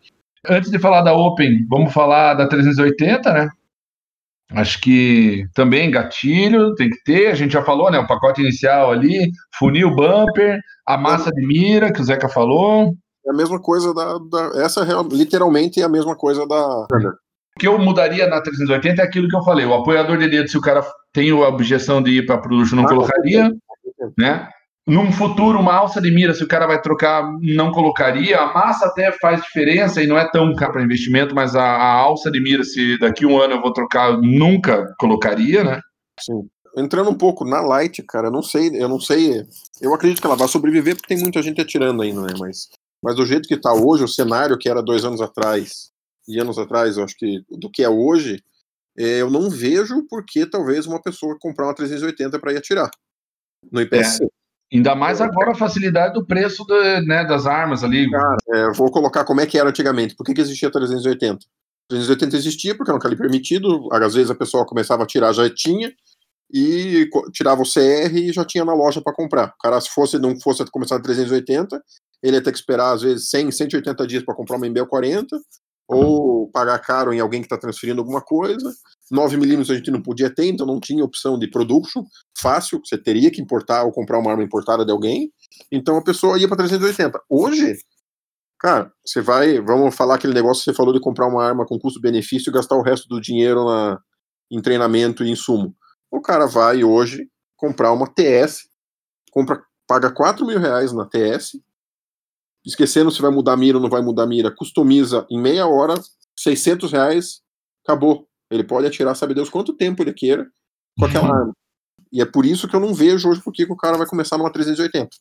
Antes de falar da Open, vamos falar da trezentos e oitenta, né? Acho que também gatilho tem que ter, a gente já falou, né? O pacote inicial ali, funil bumper, a massa de mira, que o Zeca falou. É a mesma coisa da. da essa é literalmente é a mesma coisa da. O que eu mudaria na trezentos e oitenta é aquilo que eu falei, o apoiador de dedo, se o cara tem a objeção de ir para produto, não ah, colocaria, né? Num futuro, uma alça de mira, se o cara vai trocar, não colocaria. A massa até faz diferença e não é tão caro para investimento, mas a, a alça de mira, se daqui a um ano eu vou trocar, nunca colocaria, né? Sim. Entrando um pouco na Light, cara, eu não sei, eu não sei. Eu acredito que ela vai sobreviver porque tem muita gente atirando ainda, né? Mas, mas do jeito que tá hoje, o cenário que era dois anos atrás e anos atrás, eu acho que do que é hoje, é, eu não vejo por que talvez uma pessoa comprar uma trezentos e oitenta para ir atirar no I P S C. É. Ainda mais agora a facilidade do preço de, né, das armas ali. Cara, é, vou colocar como é que era antigamente. Por que, que existia a trezentos e oitenta? trezentos e oitenta existia porque era um calibre permitido. Às vezes a pessoa começava a tirar, já tinha, e tirava o C R e já tinha na loja para comprar. O cara, se fosse, não fosse começar a trezentos e oitenta, ele ia ter que esperar às vezes cem, cento e oitenta dias para comprar uma Embel quarenta, ou pagar caro em alguém que está transferindo alguma coisa. nove milímetros a gente não podia ter, então não tinha opção de production fácil, você teria que importar ou comprar uma arma importada de alguém, então a pessoa ia para trezentos e oitenta. Hoje, cara, você vai, vamos falar aquele negócio que você falou de comprar uma arma com custo-benefício e gastar o resto do dinheiro na, em treinamento e insumo. O cara vai hoje comprar uma T S, compra, paga quatro mil reais na T S, esquecendo se vai mudar a mira ou não vai mudar a mira, customiza em meia hora, seiscentos reais, acabou. Ele pode atirar, sabe Deus quanto tempo ele queira com aquela uhum. arma. E é por isso que eu não vejo hoje porque o cara vai começar numa trezentos e oitenta.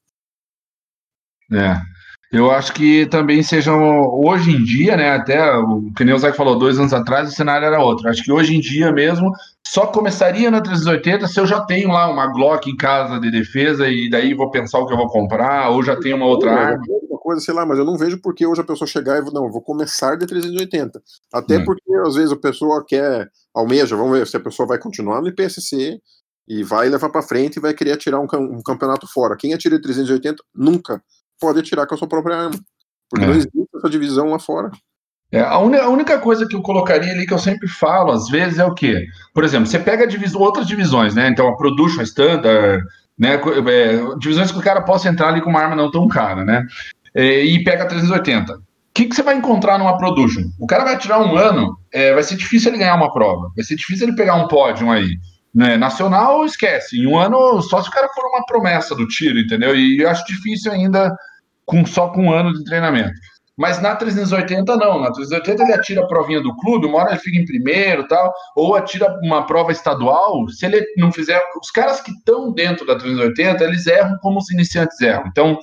É. Eu acho que também sejam, hoje em dia, né, até o que nem o Zé falou, dois anos atrás o cenário era outro. Acho que hoje em dia mesmo, só começaria na trezentos e oitenta se eu já tenho lá uma Glock em casa de defesa e daí vou pensar o que eu vou comprar, ou já tenho uma outra arma. Uma coisa, sei lá, mas eu não vejo porque hoje a pessoa chegar e não, eu vou começar de trezentos e oitenta. Até hum. porque às vezes a pessoa quer, almeja, vamos ver se a pessoa vai continuar no I P S C e vai levar para frente e vai querer atirar um, um campeonato fora. Quem atira de trezentos e oitenta nunca pode atirar com a sua própria arma, porque é. não existe essa divisão lá fora. É, a, un... a única coisa que eu colocaria ali, que eu sempre falo, às vezes, é o quê? Por exemplo, você pega divis... outras divisões, né? Então, a Production Standard, né? É, divisões que o cara possa entrar ali com uma arma não tão cara, né? É, e pega a trezentos e oitenta. O que, que você vai encontrar numa Production? O cara vai atirar um ano, é, vai ser difícil ele ganhar uma prova, vai ser difícil ele pegar um pódio aí. Né? Nacional, esquece. Em um ano, só se o cara for uma promessa do tiro, entendeu? E eu acho difícil ainda com, só com um ano de treinamento. Mas na trezentos e oitenta, não. Na trezentos e oitenta ele atira a provinha do clube, uma hora ele fica em primeiro tal, ou atira uma prova estadual. Se ele não fizer... Os caras que estão dentro da trezentos e oitenta, eles erram como os iniciantes erram. Então,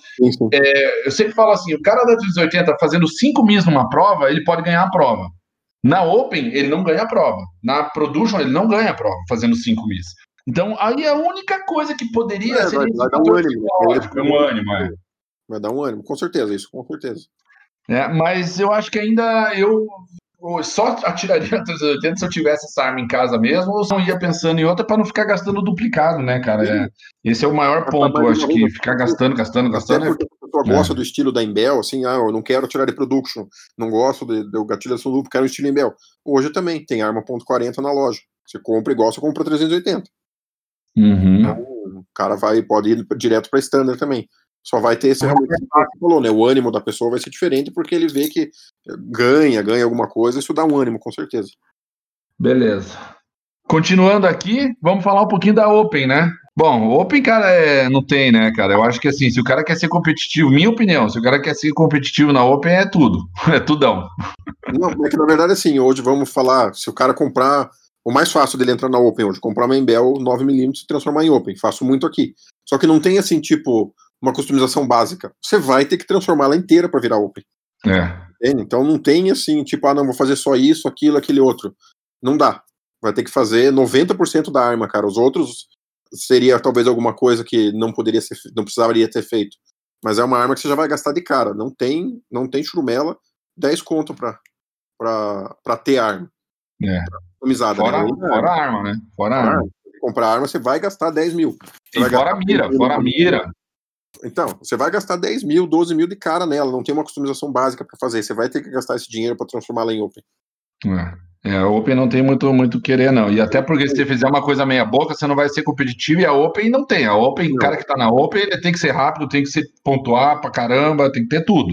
é, eu sempre falo assim, o cara da trezentos e oitenta fazendo cinco mis numa prova, ele pode ganhar a prova. Na Open, ele não ganha a prova. Na Production, ele não ganha a prova, fazendo cinco mis. Então, aí a única coisa que poderia é, ser... Vai, vai dar um ânimo. Lógico, um ânimo, é. Vai dar um ânimo, com certeza, isso, com certeza. É, mas eu acho que ainda eu só atiraria na trezentos e oitenta se eu tivesse essa arma em casa mesmo, ou não ia pensando em outra para não ficar gastando duplicado, né, cara? É, esse é o maior ponto, eu acho que ficar gastando, gastando, gastando... Até porque a pessoa é... gosta do estilo da Embel, assim, ah, eu não quero tirar de Production, não gosto do gatilho da Solupo, quero o estilo Embel. Hoje também, tem arma ponto quarenta na loja. Você compra igual, você compra trezentos e oitenta. Uhum. Então, o cara vai, pode ir direto para Standard também. Só vai ter esse realmente que você falou, né? O ânimo da pessoa vai ser diferente porque ele vê que ganha, ganha alguma coisa, isso dá um ânimo, com certeza. Beleza. Continuando aqui, vamos falar um pouquinho da Open, né? Bom, o Open, cara, é... não tem, né, cara? Eu acho que assim, se o cara quer ser competitivo, minha opinião, se o cara quer ser competitivo na Open, é tudo. É tudão. Não, é que na verdade, assim, hoje vamos falar, se o cara comprar, o mais fácil dele entrar na Open hoje, comprar uma Embel nove milímetros e transformar em Open. Faço muito aqui. Só que não tem, assim, tipo... uma customização básica, você vai ter que transformar ela inteira para virar Open. É. Então não tem assim, tipo, ah, não, vou fazer só isso, aquilo, aquele outro. Não dá. Vai ter que fazer noventa por cento da arma, cara. Os outros seria talvez alguma coisa que não poderia ser, não precisaria ter feito. Mas é uma arma que você já vai gastar de cara. Não tem, não tem churumela, dez conto pra, pra, pra ter arma. É. Customizada, fora, né? fora a arma, né? Fora a arma. Comprar arma, você vai gastar dez mil. Você e vai fora a mira, fora a mira. Então, você vai gastar dez mil, doze mil de cara nela, não tem uma customização básica para fazer, você vai ter que gastar esse dinheiro para transformá-la em Open. É, a Open não tem muito muito querer, não. E até porque se você fizer uma coisa meia boca, você não vai ser competitivo, e a Open não tem. A Open, o cara que tá na Open, ele tem que ser rápido, tem que ser pontuar pra caramba, tem que ter tudo.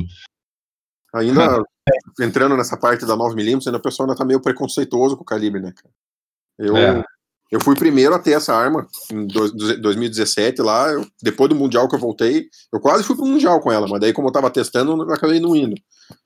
Ainda entrando nessa parte da nove milímetros, ainda o pessoal ainda tá meio preconceituoso com o calibre, né, cara? Eu, É. eu fui o primeiro a ter essa arma em dois mil e dezessete lá, eu, depois do Mundial que eu voltei, eu quase fui pro Mundial com ela, mas daí como eu tava testando, eu acabei não indo.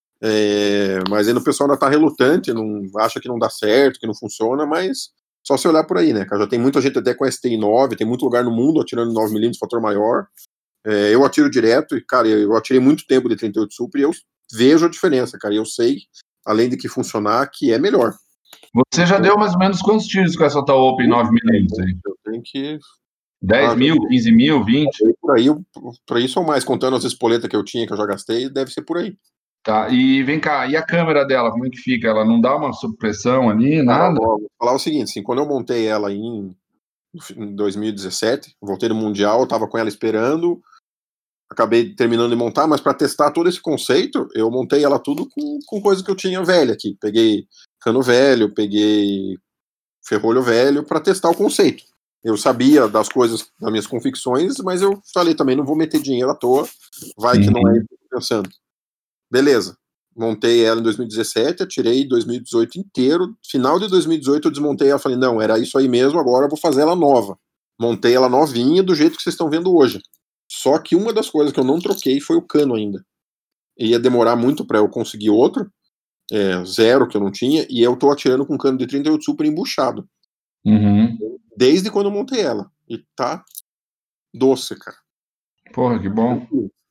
É, mas ainda o pessoal ainda tá relutante, não, acha que não dá certo, que não funciona, mas só se olhar por aí, né, cara? Já tem muita gente até com S T I nove, tem muito lugar no mundo atirando nove milímetros, fator maior. É, eu atiro direto, e, cara, eu atirei muito tempo de trinta e oito Super e eu vejo a diferença, cara, e eu sei, além de que funcionar, que é melhor. Você já deu mais ou menos quantos tiros com essa tua Open nove milímetros aí? Eu tenho que... dez mil, quinze mil, vinte? Por aí, por aí são mais, contando as espoletas que eu tinha, que eu já gastei, deve ser por aí. Tá, e vem cá, e a câmera dela, como é que fica? Ela não dá uma supressão ali, nada? Ah, vou falar o seguinte, assim, quando eu montei ela em, em dois mil e dezessete, voltei no Mundial, eu tava com ela esperando, acabei terminando de montar, mas para testar todo esse conceito, eu montei ela tudo com, com coisa que eu tinha velha aqui. Peguei cano velho, peguei ferrolho velho para testar o conceito. Eu sabia das coisas, das minhas convicções, mas eu falei também, não vou meter dinheiro à toa, vai que não é isso que eu tô pensando. Beleza, montei ela em dois mil e dezessete, atirei dois mil e dezoito inteiro, final de dois mil e dezoito eu desmontei ela, falei, não, era isso aí mesmo, agora eu vou fazer ela nova. Montei ela novinha, do jeito que vocês estão vendo hoje. Só que uma das coisas que eu não troquei foi o cano ainda. Ia demorar muito para eu conseguir outro, é, zero que eu não tinha, e eu tô atirando com cano de trinta e oito Super embuchado. Uhum. Desde quando eu montei ela. E tá doce, cara. Porra, que bom.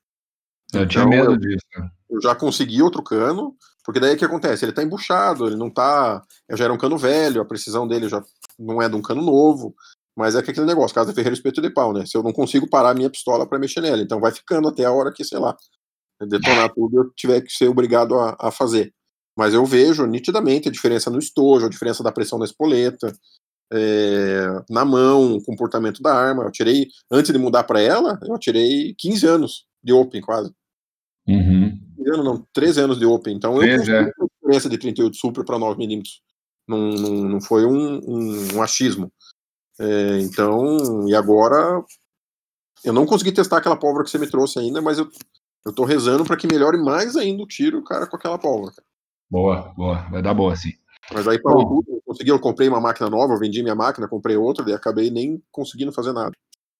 Eu então, tinha medo eu, disso. Eu já consegui outro cano, porque daí o que acontece? Ele tá embuchado, ele não tá. Já era um cano velho, a precisão dele já não é de um cano novo. Mas é que aquele negócio, casa ferreiro espeto de pau, né? Se eu não consigo parar a minha pistola para mexer nela, então vai ficando até a hora que, sei lá, detonar tudo eu tiver que ser obrigado a, a fazer. Mas eu vejo nitidamente a diferença no estojo, a diferença da pressão na espoleta, é, na mão, o comportamento da arma. Eu tirei, antes de mudar para ela, eu tirei quinze anos de Open quase. Uhum. quinze anos não, treze anos de Open. Então eu treze, consegui é. a diferença de trinta e oito Super para nove milímetros. Não, não, não foi um, um, um achismo. É, então, e agora eu não consegui testar aquela pólvora que você me trouxe ainda, mas eu, eu tô rezando para que melhore mais ainda o tiro, cara, com aquela pólvora. Boa, boa, vai dar boa, sim. Mas aí parou tudo, eu consegui, eu comprei uma máquina nova, eu vendi minha máquina, comprei outra, daí acabei nem conseguindo fazer nada.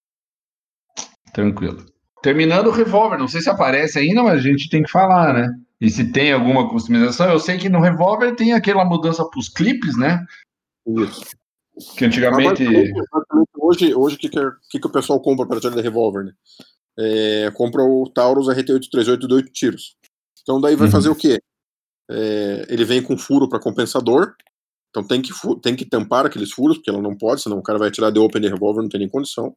Tranquilo. Terminando o revólver, não sei se aparece ainda, mas a gente tem que falar, né? E se tem alguma customização, eu sei que no revólver tem aquela mudança para os clipes, né? Isso. Que antigamente. Hoje, hoje o que, que, que, que o pessoal compra para tirar de revólver, né? É, compra o Taurus R T oitocentos e trinta e oito de oito tiros. Então daí vai uhum. fazer o quê? É, ele vem com furo para compensador, então tem que, tem que tampar aqueles furos, porque ela não pode, senão o cara vai atirar de open de revólver, não tem nem condição.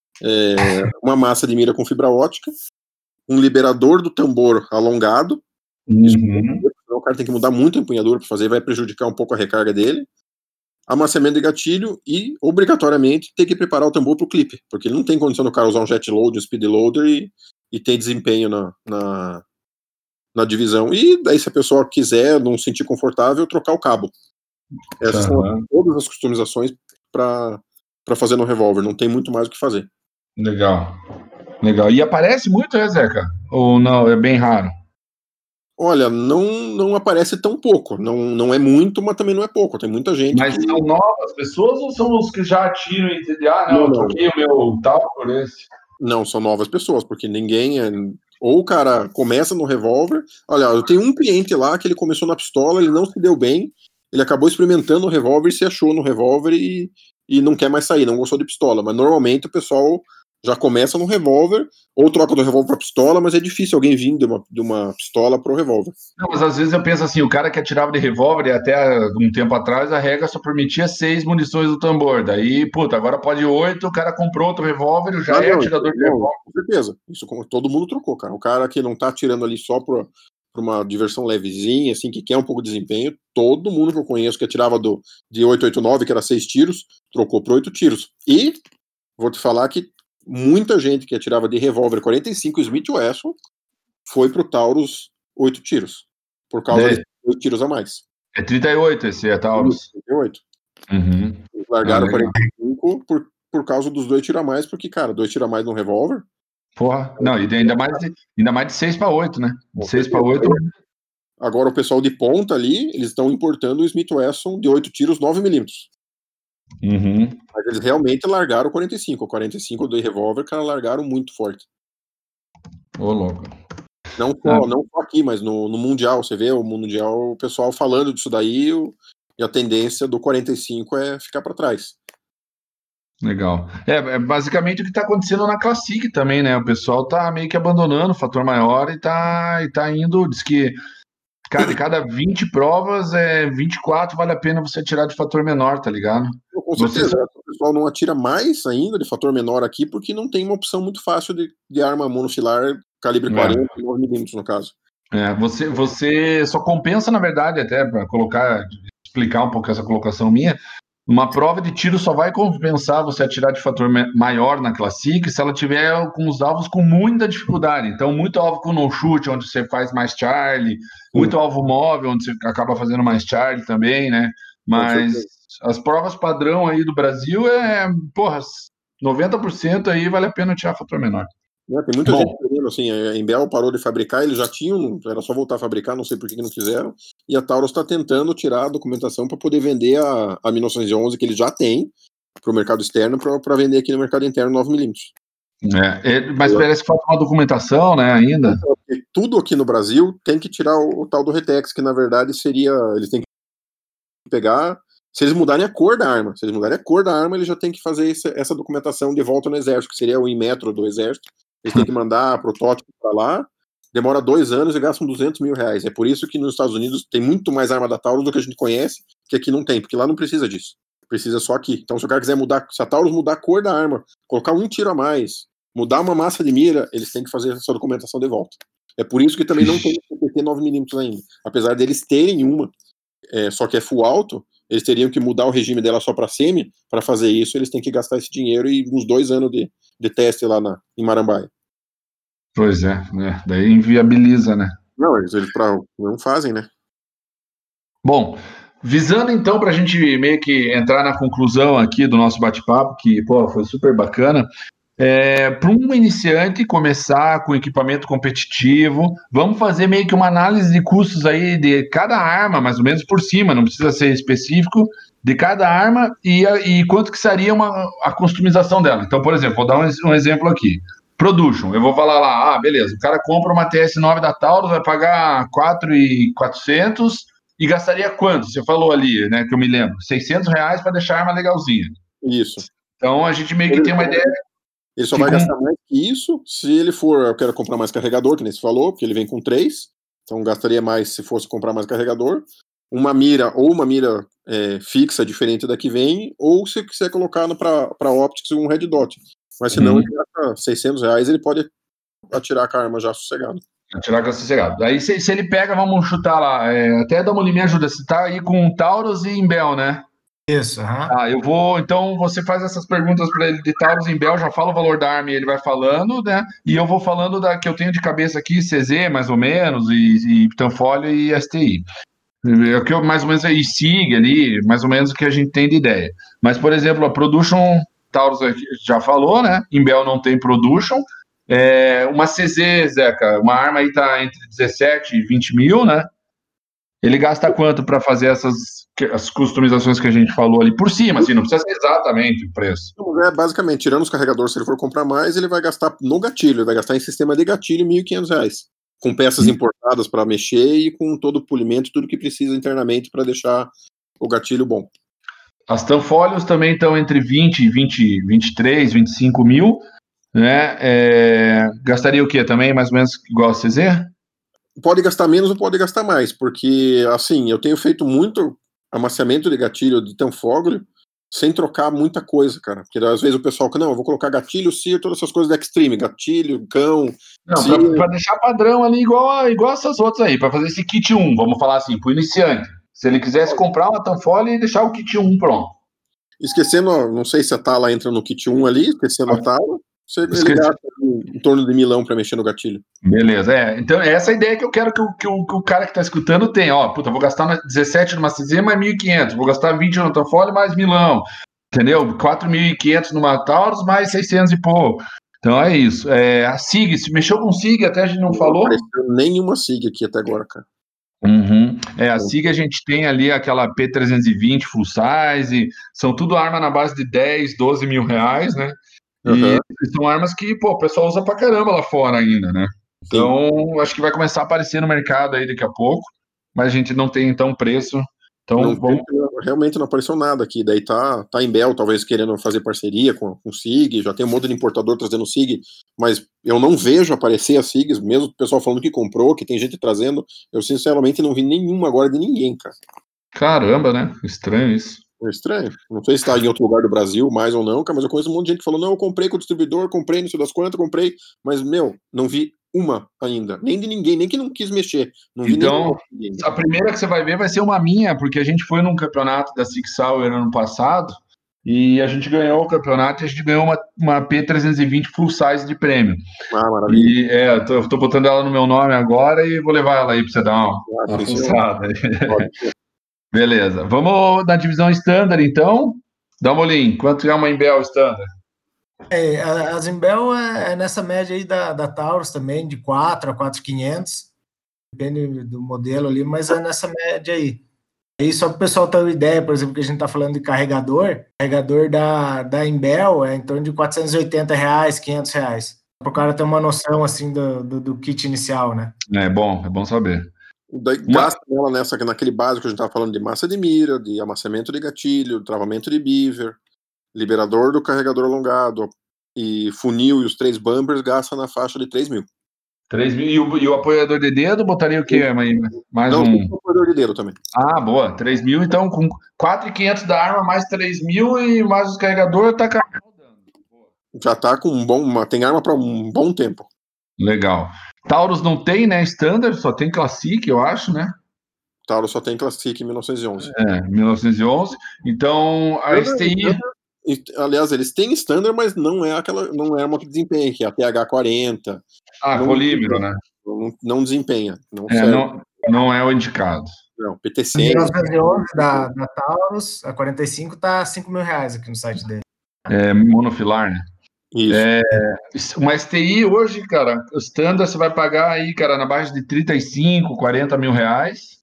É, uma massa de mira com fibra ótica, um liberador do tambor alongado, uhum. isso, o cara tem que mudar muito a empunhadura para fazer, vai prejudicar um pouco a recarga dele, amassamento de gatilho e, obrigatoriamente, ter que preparar o tambor para o clipe, porque ele não tem condição do cara usar um jet load, um speed loader e, e ter desempenho na, na, na divisão. E daí, se a pessoa quiser, não se sentir confortável, trocar o cabo. Essas uhum. são todas as customizações para fazer no revólver, não tem muito mais o que fazer. Legal, legal. E aparece muito, né, Zeca? Ou não, é bem raro? Olha, não, não aparece tão pouco. Não, não é muito, mas também não é pouco. Tem muita gente. Mas que... são novas pessoas ou são os que já atiram e dizem, ah, não, não, eu troquei o meu tal por esse? Não, são novas pessoas, porque ninguém é. Ou o cara começa no revólver. Olha, eu tenho um cliente lá que ele começou na pistola, ele não se deu bem, ele acabou experimentando o revólver, se achou no revólver e, e não quer mais sair, não gostou de pistola. Mas normalmente o pessoal já começa no revólver, ou troca do revólver para pistola, mas é difícil alguém vir de uma, de uma pistola para o revólver. Não, mas às vezes eu penso assim, o cara que atirava de revólver, e até um tempo atrás a regra só permitia seis munições do tambor. Daí, puta, agora pode oito, o cara comprou outro revólver, já ah, é não, atirador de revólver. Com certeza, isso todo mundo trocou, cara. O cara que não tá atirando ali só por, por uma diversão levezinha, assim, que quer um pouco de desempenho, todo mundo que eu conheço que atirava do, de oito oito nove, que era seis tiros, trocou por oito tiros. E vou te falar que muita gente que atirava de revólver quarenta e cinco Smith Wesson foi pro Taurus oito tiros, por causa É. de oito tiros a mais. É trinta e oito esse, é Taurus. trinta e oito. Uhum. Eles largaram Ah, quarenta e cinco por, por causa dos dois tiros a mais, porque, cara, dois tiros a mais no revólver. Porra, não, e ainda mais de, ainda mais de seis para oito, né? De seis para oito. Agora o pessoal de ponta ali, eles estão importando o Smith Wesson de oito tiros, nove milímetros. Uhum. Mas eles realmente largaram o quarenta e cinco. O quarenta e cinco do revólver, cara, largaram muito forte. Ô, louco. Não só, ah. não só aqui, mas no, no Mundial. Você vê o Mundial, o pessoal falando disso daí, o, e a tendência do quarenta e cinco é ficar para trás. Legal. É, é basicamente o que está acontecendo na Classic também, né? O pessoal tá meio que abandonando o fator maior e tá, e tá indo. Diz que de cada vinte provas, é, vinte e quatro vale a pena você tirar de fator menor, tá ligado? Com certeza. Você... O pessoal não atira mais ainda de fator menor aqui porque não tem uma opção muito fácil de, de arma monofilar calibre quarenta, é. nove milímetros no caso. É, você, você só compensa, na verdade, até para colocar, explicar um pouco essa colocação minha. Uma prova de tiro só vai compensar você atirar de fator maior na Classic se ela tiver com os alvos com muita dificuldade. Então, muito alvo com no-shoot, onde você faz mais Charlie, muito Sim. alvo móvel, onde você acaba fazendo mais Charlie também, né? Mas as provas padrão aí do Brasil é, porra, noventa por cento aí vale a pena tirar fator menor. É, tem muita Bom, gente querendo, assim, a Imbel parou de fabricar, eles já tinham, era só voltar a fabricar, não sei por que não fizeram, e a Taurus está tentando tirar a documentação para poder vender a, a mil novecentos e onze, que eles já têm, para o mercado externo, para vender aqui no mercado interno nove milímetros. É, é, mas é. parece que falta uma documentação, né, ainda. Então, tudo aqui no Brasil tem que tirar o, o tal do Retex, que na verdade seria, eles têm que pegar, se eles mudarem a cor da arma, se eles mudarem a cor da arma, eles já têm que fazer essa, essa documentação de volta no exército, que seria o Inmetro do exército. Eles têm que mandar protótipo para lá, demora dois anos e gastam duzentos mil reais. É por isso que nos Estados Unidos tem muito mais arma da Taurus do que a gente conhece, que aqui não tem, porque lá não precisa disso. Precisa só aqui. Então, se o cara quiser mudar, se a Taurus mudar a cor da arma, colocar um tiro a mais, mudar uma massa de mira, eles têm que fazer essa documentação de volta. É por isso que também não tem C P T nove milímetros ainda. Apesar deles terem uma, é, só que é full auto, eles teriam que mudar o regime dela só para semi. Para fazer isso, eles têm que gastar esse dinheiro e uns dois anos de, de teste lá na, em Marambaia. Pois é, né? Daí inviabiliza, né? Não, eles, eles pra, não fazem, né? Bom, visando então para a gente meio que entrar na conclusão aqui do nosso bate-papo, que pô, foi super bacana, é, para um iniciante começar com equipamento competitivo, vamos fazer meio que uma análise de custos aí de cada arma, mais ou menos por cima, não precisa ser específico, de cada arma e, e quanto que seria uma, a customização dela. Então, por exemplo, vou dar um, um exemplo aqui. Production, eu vou falar lá, ah, beleza, o cara compra uma T S nove da Taurus, vai pagar quatro mil e quatrocentos e gastaria quanto? Você falou ali, né, que eu me lembro, seiscentos reais para deixar a arma legalzinha. Isso. Então, a gente meio que ele tem uma ideia... Ele só vai com... gastar mais que isso se ele for, eu quero comprar mais carregador, que nem você falou, porque ele vem com três, então gastaria mais se fosse comprar mais carregador, uma mira, ou uma mira é, fixa, diferente da que vem, ou se quiser colocar para Optics um Red Dot. Mas se não, hum. ele gasta seiscentos reais, ele pode atirar com a arma já sossegado. Atirar com a sossegado. Aí se, se ele pega, vamos chutar lá, é, até da Moli me ajuda, você tá aí com Taurus e Imbel, né? Isso, aham. Uhum. Ah, eu vou, então você faz essas perguntas para ele de Taurus e Imbel, já fala o valor da arma e ele vai falando, né? E eu vou falando da que eu tenho de cabeça aqui, C Z mais ou menos, e, e Tanfoglio e S T I. É o que eu mais ou menos aí siga ali, mais ou menos o que a gente tem de ideia. Mas, por exemplo, a Production... Taurus já falou, né? Imbel não tem Production. É, uma C Z, Zeca, uma arma aí tá entre dezessete e vinte mil, né? Ele gasta quanto para fazer essas as customizações que a gente falou ali por cima, assim, não precisa ser exatamente o preço. É, basicamente, tirando os carregadores, se ele for comprar mais, ele vai gastar no gatilho, ele vai gastar em sistema de gatilho mil e quinhentos reais. Com peças hum. importadas para mexer e com todo o polimento, tudo que precisa internamente para deixar o gatilho bom. As Tanfoglios também estão entre vinte, vinte, vinte e três, vinte e cinco mil, né? É, gastaria o quê? Também mais ou menos igual a C Z? Pode gastar menos ou pode gastar mais, porque, assim, eu tenho feito muito amaciamento de gatilho de Tanfoglio sem trocar muita coisa, cara. Porque às vezes o pessoal, não, eu vou colocar gatilho, Sear, todas essas coisas da Extreme, gatilho, cão... Não, para deixar padrão ali igual, igual essas outras aí, para fazer esse kit um, vamos falar assim, para o iniciante. Se ele quisesse comprar uma Tanfoglio e deixar o kit um pronto. Esquecendo, não sei se a tala entra no kit um ali, esquecendo a tala. Você ele gasta em torno de milão para mexer no gatilho. Beleza, é. Então, essa é a ideia que eu quero que o, que o, que o cara que tá escutando tenha. Ó, puta, vou gastar dezessete numa C Z mais mil e quinhentos, vou gastar vinte no Tanfoglio mais milão, entendeu? quatro mil e quinhentos numa Taurus mais seiscentos e pouco. Então é isso. É, a S I G, se mexeu com S I G, até a gente não, não falou? Não apareceu nenhuma S I G aqui até agora, cara. Uhum. É, a S I G a gente tem ali aquela P trezentos e vinte full size, são tudo arma na base de dez, doze mil reais, né? E uhum. são armas que, pô, o pessoal usa pra caramba lá fora ainda, né? Então, sim, acho que vai começar a aparecer no mercado aí daqui a pouco, mas a gente não tem, então, preço. Então, não, vamos... Realmente não apareceu nada aqui. Daí tá, tá em Bell, talvez querendo fazer parceria com, com o S I G, já tem um monte de importador trazendo o S I G, mas eu não vejo aparecer as S I Gs, mesmo o pessoal falando que comprou, que tem gente trazendo. Eu, sinceramente, não vi nenhuma agora de ninguém, cara. Caramba, né? Estranho isso. É estranho. Não sei se está em outro lugar do Brasil, mais ou não, mas eu conheço um monte de gente que falou, não, eu comprei com o distribuidor, comprei não sei das quantas, comprei, mas, meu, não vi uma ainda. Nem de ninguém, nem que não quis mexer. Não vi então, a primeira que você vai ver vai ser uma minha, porque a gente foi num campeonato da Six Sauer ano passado, e a gente ganhou o campeonato e a gente ganhou uma, uma P trezentos e vinte full size de prêmio. Ah, maravilha. E, é, eu tô, eu tô botando ela no meu nome agora e vou levar ela aí pra você dar uma, ah, uma fuçada aí. Beleza. Vamos na divisão standard, então. Dá uma olhinha. Quanto é uma Imbel standard? É, as Imbel é, é nessa média aí da, da Taurus também, de quatro a quatro mil e quinhentos. Depende do modelo ali, mas é nessa média aí. Aí só para o pessoal ter uma ideia, por exemplo, que a gente está falando de carregador, carregador da, da Imbel é em torno de quatrocentos e oitenta reais, quinhentos reais. Para o cara ter uma noção, assim, do, do, do kit inicial, né? É bom, é bom saber. Daí gasta ela nessa, naquele básico que a gente estava falando de massa de mira, de amassamento de gatilho, travamento de beaver, liberador do carregador alongado e funil e os três bumpers, gasta na faixa de três mil. três mil. E o, e o apoiador de dedo botaria o quê? Mais Não, um... tem o apoiador de dedo também. Ah, boa. três mil, então com quatro mil e quinhentos da arma, mais três mil e mais os carregadores, tá rodando. Já tá com um bom... Uma, tem arma para um bom tempo. Legal. Taurus não tem, né? Standard, só tem Classic, eu acho, né? Taurus só tem Classic em mil novecentos e onze. É, mil novecentos e onze. Então, a S T I... Aliás, eles têm Standard, mas não é aquela, não é uma que desempenha, que é a T H quarenta. Ah, não polímero, né? Não, não desempenha. Não, é, não, não é o indicado. Não, P T C. mil novecentos e onze da, da Taurus, a quarenta e cinco, tá cinco mil reais aqui no site dele. É monofilar, né? Isso. É, uma S T I hoje, cara, o standard você vai pagar aí, cara, na base de trinta e cinco, quarenta mil reais.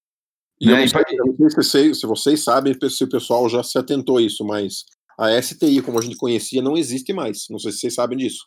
E né? eu, não sei, eu não sei se vocês, se vocês sabem se o pessoal já se atentou a isso, mas a S T I, como a gente conhecia, não existe mais. Não sei se vocês sabem disso.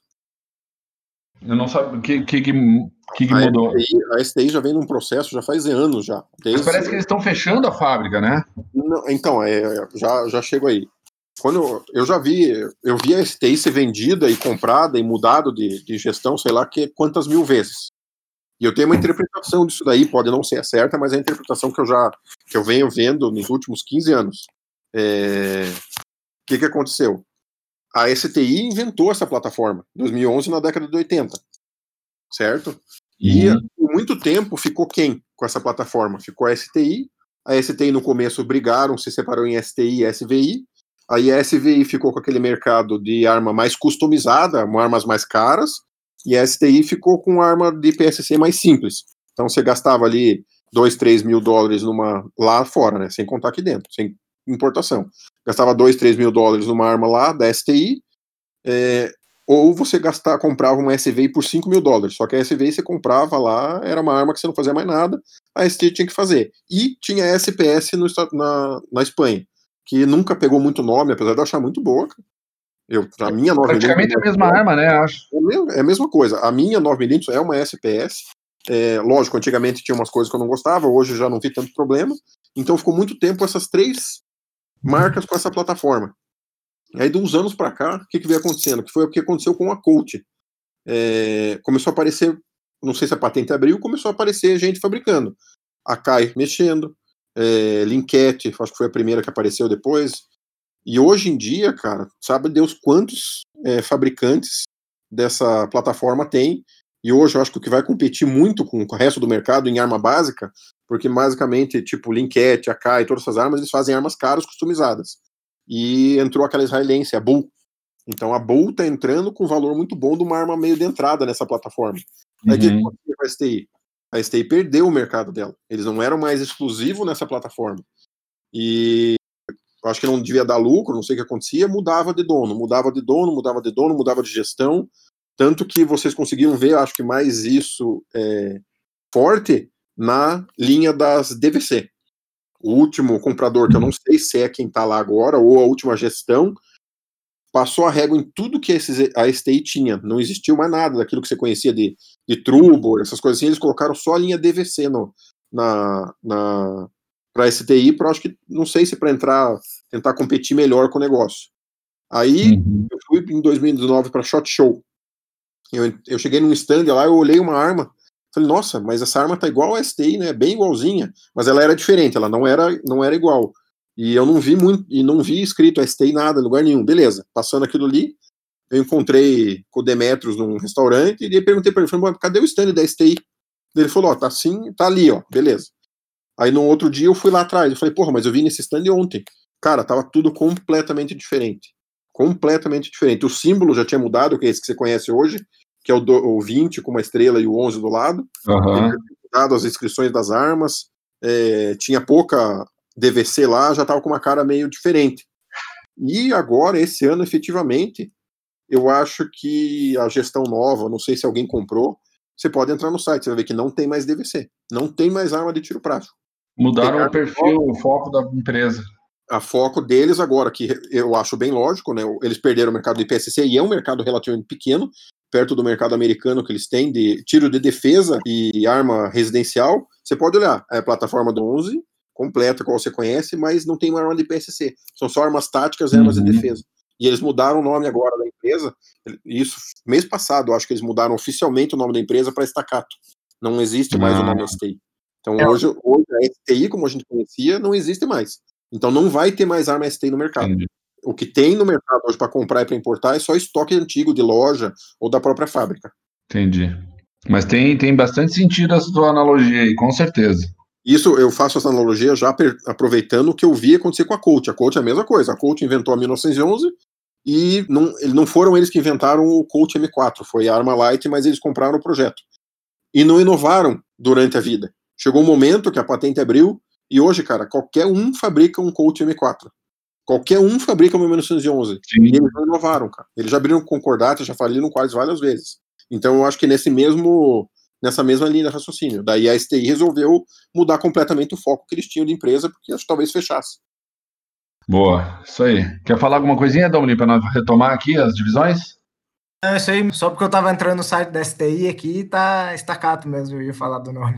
Eu não sei o que, que, que, que mudou. A S T I, a S T I já vem num processo, já faz anos já. Desde... Mas parece que eles estão fechando a fábrica, né? Não, então, é, já, já chego aí. Quando eu, eu já vi, eu vi a S T I ser vendida e comprada e mudado de, de gestão, sei lá que quantas mil vezes. E eu tenho uma interpretação disso daí, pode não ser a certa, mas é a interpretação que eu já que eu venho vendo nos últimos quinze anos. É... O que, que aconteceu? A S T I inventou essa plataforma em dois mil e onze, na década de oitenta, certo? E uhum. Por muito tempo ficou quem com essa plataforma? Ficou a S T I. A S T I no começo brigaram, se separou em S T I e S V I. Aí a S V I ficou com aquele mercado de arma mais customizada, armas mais caras, e a S T I ficou com arma de P S C mais simples. Então você gastava ali dois, três mil dólares numa, lá fora, né? Sem contar aqui dentro, sem importação. Gastava dois, três mil dólares numa arma lá da S T I, é, ou você gastava, comprava uma S V I por cinco mil dólares. Só que a S V I você comprava lá, era uma arma que você não fazia mais nada, a S T I tinha que fazer. E tinha a S P S no, na, na Espanha, que nunca pegou muito nome, apesar de eu achar muito boa. Eu, a minha nove praticamente milímetros, a mesma arma, né? Acho. É a mesma coisa. A minha nove milímetros é uma S P S. É, lógico, antigamente tinha umas coisas que eu não gostava, hoje já não vi tanto problema. Então ficou muito tempo essas três marcas com essa plataforma. E aí, de uns anos para cá, o que, que veio acontecendo? Que foi o que aconteceu com a Colt. É, começou a aparecer, não sei se a patente abriu, começou a aparecer gente fabricando. A Kai mexendo, é, Linkett, acho que foi a primeira que apareceu depois. E hoje em dia, cara, sabe Deus quantos é, fabricantes dessa plataforma tem. E hoje eu acho que o que vai competir muito com o resto do mercado em arma básica, porque basicamente, tipo, Linkett, A K e todas essas armas, eles fazem armas caras customizadas. E entrou aquela israelense, a Bull, Então a Bull está entrando com um valor muito bom de uma arma meio de entrada nessa plataforma. Aí o que Uhum. aconteceu com a S T I? A S T I perdeu o mercado dela. Eles não eram mais exclusivos nessa plataforma. E eu acho que não devia dar lucro, não sei o que acontecia, mudava de dono, mudava de dono, mudava de dono, mudava de gestão. Tanto que vocês conseguiram ver, acho que mais isso é, forte na linha das D V C. O último comprador, que eu não sei se é quem está lá agora, ou a última gestão, passou a régua em tudo que esses, a S T I tinha. Não existiu mais nada daquilo que você conhecia de, de Trubo, essas coisas assim. Eles colocaram só a linha D V C no, na, na, para S T I, para acho que, não sei se para entrar, tentar competir melhor com o negócio. Aí, Uhum. eu fui em dois mil e dezenove para SHOT Show. Eu, eu cheguei num stand lá, eu olhei uma arma, falei, nossa, mas essa arma tá igual a S T I, né? Bem igualzinha, mas ela era diferente, ela não era, não era igual. E eu não vi muito, e não vi escrito S T I nada, em lugar nenhum. Beleza, passando aquilo ali, eu encontrei com o Demetrios num restaurante e perguntei para ele, falei, cadê o stand da S T I? Ele falou, ó, tá assim, tá ali, ó, beleza. Aí no outro dia eu fui lá atrás, eu falei, porra, mas eu vi nesse stand ontem. Cara, tava tudo completamente diferente. Completamente diferente. O símbolo já tinha mudado, que é esse que você conhece hoje, que é o, do, o vinte com uma estrela e o onze do lado. Uhum. Ele tinha mudado as inscrições das armas, é, tinha pouca D V C lá, já tava com uma cara meio diferente. E agora, esse ano, efetivamente, eu acho que a gestão nova, não sei se alguém comprou, você pode entrar no site, você vai ver que não tem mais D V C. Não tem mais arma de tiro prático. Mudaram o perfil, o foco da empresa. A foco deles agora, que eu acho bem lógico, né? Eles perderam o mercado de I P S C e é um mercado relativamente pequeno, perto do mercado americano que eles têm de tiro de defesa e arma residencial. Você pode olhar, é a plataforma do onze, completa, qual você conhece, mas não tem uma arma de I P S C. São só armas táticas e armas uhum. de defesa. E eles mudaram o nome agora da empresa. Isso, mês passado, acho que eles mudaram oficialmente o nome da empresa para Staccato. Não existe mais ah. o nome S T I. Então é. hoje, hoje a S T I, como a gente conhecia, não existe mais. Então não vai ter mais arma S T I no mercado. Entendi. O que tem no mercado hoje para comprar e para importar é só estoque antigo de loja ou da própria fábrica. Entendi. Mas tem, tem bastante sentido essa tua analogia aí, com certeza. Isso eu faço essa analogia já aproveitando o que eu vi acontecer com a Colt. A Colt é a mesma coisa. A Colt inventou a mil novecentos e onze e não, não foram eles que inventaram o Colt M quatro. Foi a arma light, mas eles compraram o projeto. E não inovaram durante a vida. Chegou um momento que a patente abriu e hoje, cara, qualquer um fabrica um Colt M quatro. Qualquer um fabrica uma mil novecentos e onze. Sim. E eles não inovaram, cara. Eles já abriram concordata, já faliram quase várias vezes. Então eu acho que nesse mesmo, nessa mesma linha de raciocínio. Daí a S T I resolveu mudar completamente o foco que eles tinham de empresa, porque acho que talvez fechasse. Boa, isso aí. Quer falar alguma coisinha, Domini, para nós retomar aqui as divisões? É isso aí, só porque eu tava entrando no site da S T I aqui, tá Staccato mesmo, eu ia falar do nome.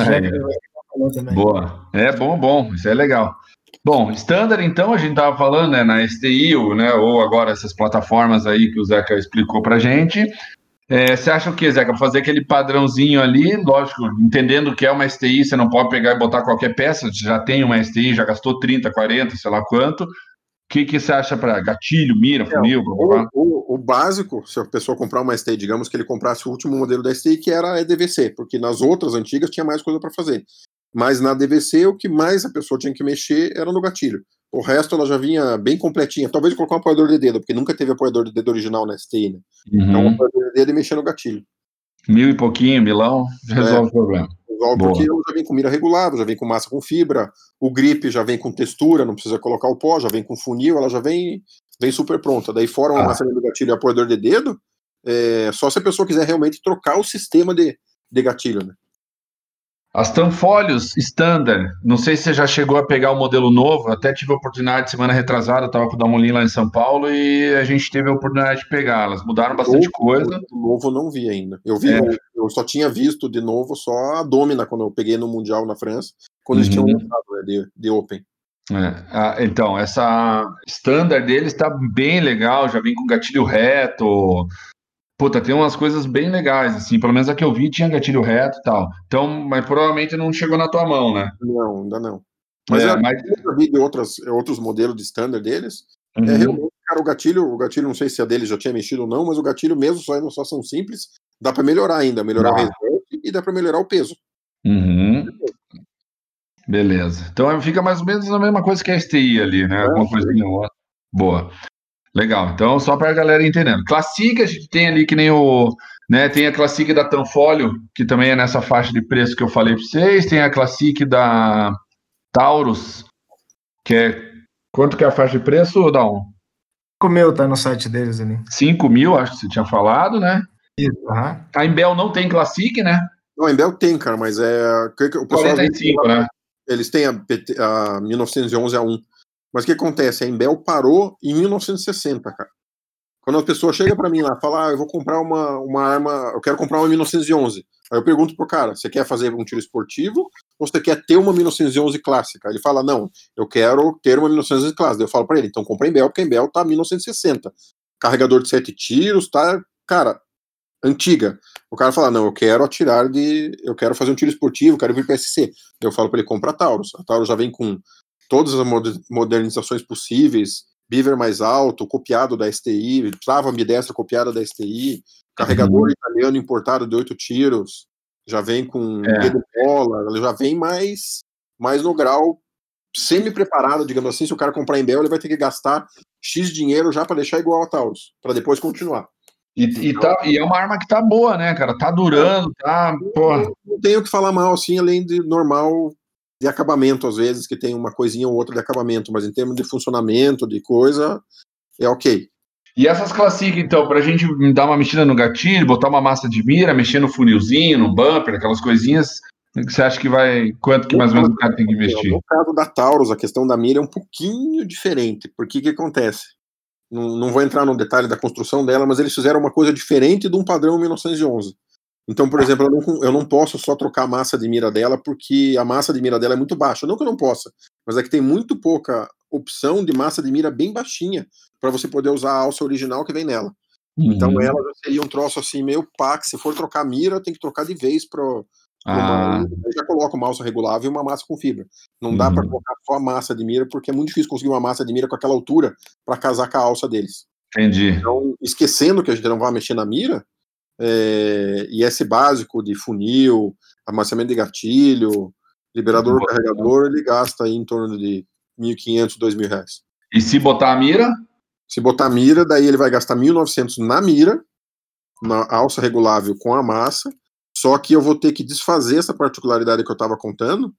É. Boa, é bom, bom, isso é legal. Bom, standard, então, a gente estava falando, né, na S T I, ou, né, ou agora essas plataformas aí que o Zeca explicou para a gente. É, você acha o que, Zeca? Fazer aquele padrãozinho ali, lógico, entendendo que é uma S T I, você não pode pegar e botar qualquer peça, você já tem uma S T I, já gastou trinta, quarenta, sei lá quanto. O que, que você acha para gatilho, mira, funil? É, o, o, o básico, se a pessoa comprar uma S T I, digamos que ele comprasse o último modelo da S T I, que era a D V C, porque nas outras antigas tinha mais coisa para fazer. Mas na D V C, o que mais a pessoa tinha que mexer era no gatilho. O resto ela já vinha bem completinha. Talvez colocar um apoiador de dedo, porque nunca teve apoiador de dedo original na S T I, né? Uhum. Então, o apoiador de dedo e mexer no gatilho. Mil e pouquinho, milão, resolve é, o problema. Resolve, porque ele já vem com mira regulável, já vem com massa com fibra, o grip já vem com textura, não precisa colocar o pó, já vem com funil, ela já vem, vem super pronta. Daí, fora uma ah. massa do gatilho e apoiador de dedo, é, só se a pessoa quiser realmente trocar o sistema de, de gatilho, né? As Tanfolios Standard, não sei se você já chegou a pegar o modelo novo, até tive a oportunidade semana retrasada, estava com o Dalmolin lá em São Paulo e a gente teve a oportunidade de pegá-las. Mudaram bastante novo, coisa. O novo eu não vi ainda. Eu vi, é. eu, eu só tinha visto de novo só a Domina quando eu peguei no Mundial na França, quando uhum. eles tinham lançado, né, de, de Open. É. Ah, então, essa Standard deles está bem legal, já vem com gatilho reto. Puta, tem umas coisas bem legais, assim, pelo menos a que eu vi tinha gatilho reto e tal. Então, mas provavelmente não chegou na tua mão, né? Não, ainda não. Mas é, eu mas... já vi de outras, outros modelos de standard deles. Uhum. É realmente, cara, o gatilho, o gatilho, não sei se a dele já tinha mexido ou não, mas o gatilho mesmo, só, só são simples, dá para melhorar ainda, melhorar ah. o resgate e dá para melhorar o peso. Uhum. Beleza. Então fica mais ou menos a mesma coisa que a S T I ali, né? É, Alguma coisa ou outra. Boa. Legal, então só para a galera entendendo. Classic, a gente tem ali que nem o, né, tem a Classic da Tanfolio, que também é nessa faixa de preço que eu falei para vocês, tem a Classic da Taurus, que é, quanto que é a faixa de preço, Dal? O meu tá no site deles ali. cinco mil, acho que você tinha falado, né? Isso, aham. A Imbel não tem Classic, né? Não, a Imbel tem, cara, mas é. O pessoal, quarenta e cinco, né? Eles têm a, a mil novecentos e onze A um. Mas o que acontece? A Imbel parou em mil novecentos e sessenta, cara. Quando a pessoa chega para mim lá e fala, ah, eu vou comprar uma, uma arma, eu quero comprar uma mil novecentos e onze. Aí eu pergunto pro cara, você quer fazer um tiro esportivo ou você quer ter uma mil novecentos e onze clássica? Ele fala, não, eu quero ter uma mil novecentos e onze clássica. Eu falo para ele, então compra a Imbel, porque a Imbel tá mil novecentos e sessenta. Carregador de sete tiros, tá, cara, antiga. O cara fala, não, eu quero atirar de, eu quero fazer um tiro esportivo, quero vir P S C. Eu falo para ele, compra a Taurus. A Taurus já vem com todas as modernizações possíveis, beaver mais alto, copiado da S T I, trava ambidestra copiada da S T I, carregador uhum. italiano importado de oito tiros, já vem com É. guia de bola, ela já vem mais, mais no grau semi-preparado, digamos assim. Se o cara comprar em Bel, ele vai ter que gastar X dinheiro já para deixar igual a Taurus, para depois continuar. E, e, tá, e é uma arma que tá boa, né, cara? Tá durando, tá. Porra. Não tenho o que falar mal, assim, além de normal de acabamento, às vezes, que tem uma coisinha ou outra de acabamento, mas em termos de funcionamento, de coisa, é ok. E essas Classic, então, pra gente dar uma mexida no gatilho, botar uma massa de mira, mexer no funilzinho, no bumper, aquelas coisinhas, você acha que vai. Quanto que mais ou menos o cara tem que investir? No caso da Taurus, a questão da mira é um pouquinho diferente, porque o que acontece? Não, não vou entrar no detalhe da construção dela, mas eles fizeram uma coisa diferente de um padrão mil novecentos e onze. Então, por exemplo, eu não, eu não posso só trocar a massa de mira dela, porque a massa de mira dela é muito baixa. Não que eu não possa, mas é que tem muito pouca opção de massa de mira bem baixinha para você poder usar a alça original que vem nela. Uhum. Então ela já seria um troço assim meio pá, que se for trocar a mira, tem que trocar de vez para ah. uma. Eu já coloco uma alça regulável e uma massa com fibra. Não uhum. dá para colocar só a massa de mira, porque é muito difícil conseguir uma massa de mira com aquela altura para casar com a alça deles. Entendi. Então, esquecendo que a gente não vai mexer na mira, É, e esse básico de funil, amassamento de gatilho, liberador uhum. carregador, ele gasta aí em torno de mil e quinhentos, dois mil reais. E se botar a mira? Se botar a mira, daí ele vai gastar mil e novecentos na mira, na alça regulável com a massa, só que eu vou ter que desfazer essa particularidade que eu estava contando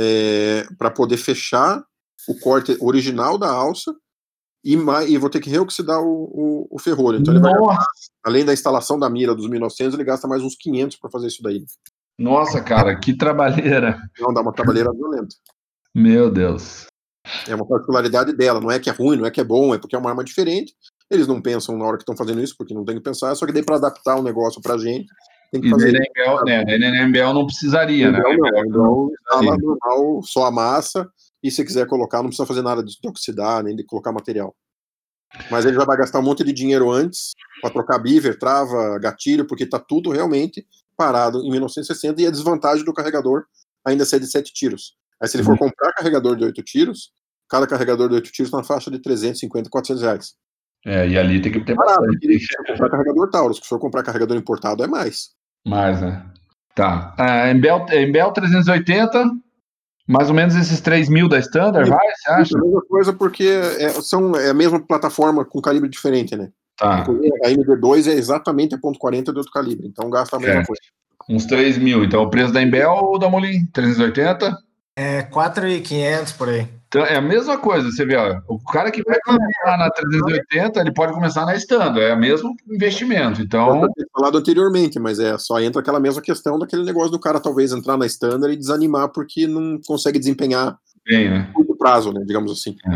é, para poder fechar o corte original da alça E, e vou ter que reoxidar o, o, o ferrolho. Então, ele vai gastar, além da instalação da mira dos mil e novecentos, ele gasta mais uns quinhentos para fazer isso daí. Nossa, cara, que trabalheira. Não, dá uma trabalheira violenta. Meu Deus. É uma particularidade dela. Não é que é ruim, não é que é bom, é porque é uma arma diferente. Eles não pensam na hora que estão fazendo isso, porque não tem que pensar. Só que daí, para adaptar o negócio pra gente, tem que e fazer. E na M B L não precisaria, né? Não, não. Então, instala normal, só a massa. E se quiser colocar, não precisa fazer nada de oxidar, nem de colocar material. Mas ele já vai gastar um monte de dinheiro antes para trocar beaver, trava, gatilho, porque está tudo realmente parado em mil novecentos e sessenta e a desvantagem do carregador ainda ser de sete tiros. Aí se ele for comprar carregador de oito tiros, cada carregador de oito tiros tá na faixa de trezentos e cinquenta, quatrocentos reais. É, e ali tem que ter parado. Se for comprar carregador Taurus, se for comprar carregador importado é mais. Mais, né? Tá. A Imbel trezentos e oitenta... Mais ou menos esses três mil da Standard, vai, você acha? É a mesma coisa porque é, são, é a mesma plataforma com calibre diferente, né? Tá. A M D dois é exatamente a ponto quarenta de outro calibre, então gasta a mesma é. coisa. Uns três mil. Então o preço da Imbel ou da Molin? trezentos e oitenta? É, quatro mil e quinhentos por aí. Então, é a mesma coisa, você vê, ó, o cara que vai começar na trezentos e oitenta, ele pode começar na Standard, é o mesmo investimento, então... Eu tinha falado anteriormente, mas é só entra aquela mesma questão daquele negócio do cara talvez entrar na Standard e desanimar porque não consegue desempenhar bem, né? curto prazo, né, digamos assim. É.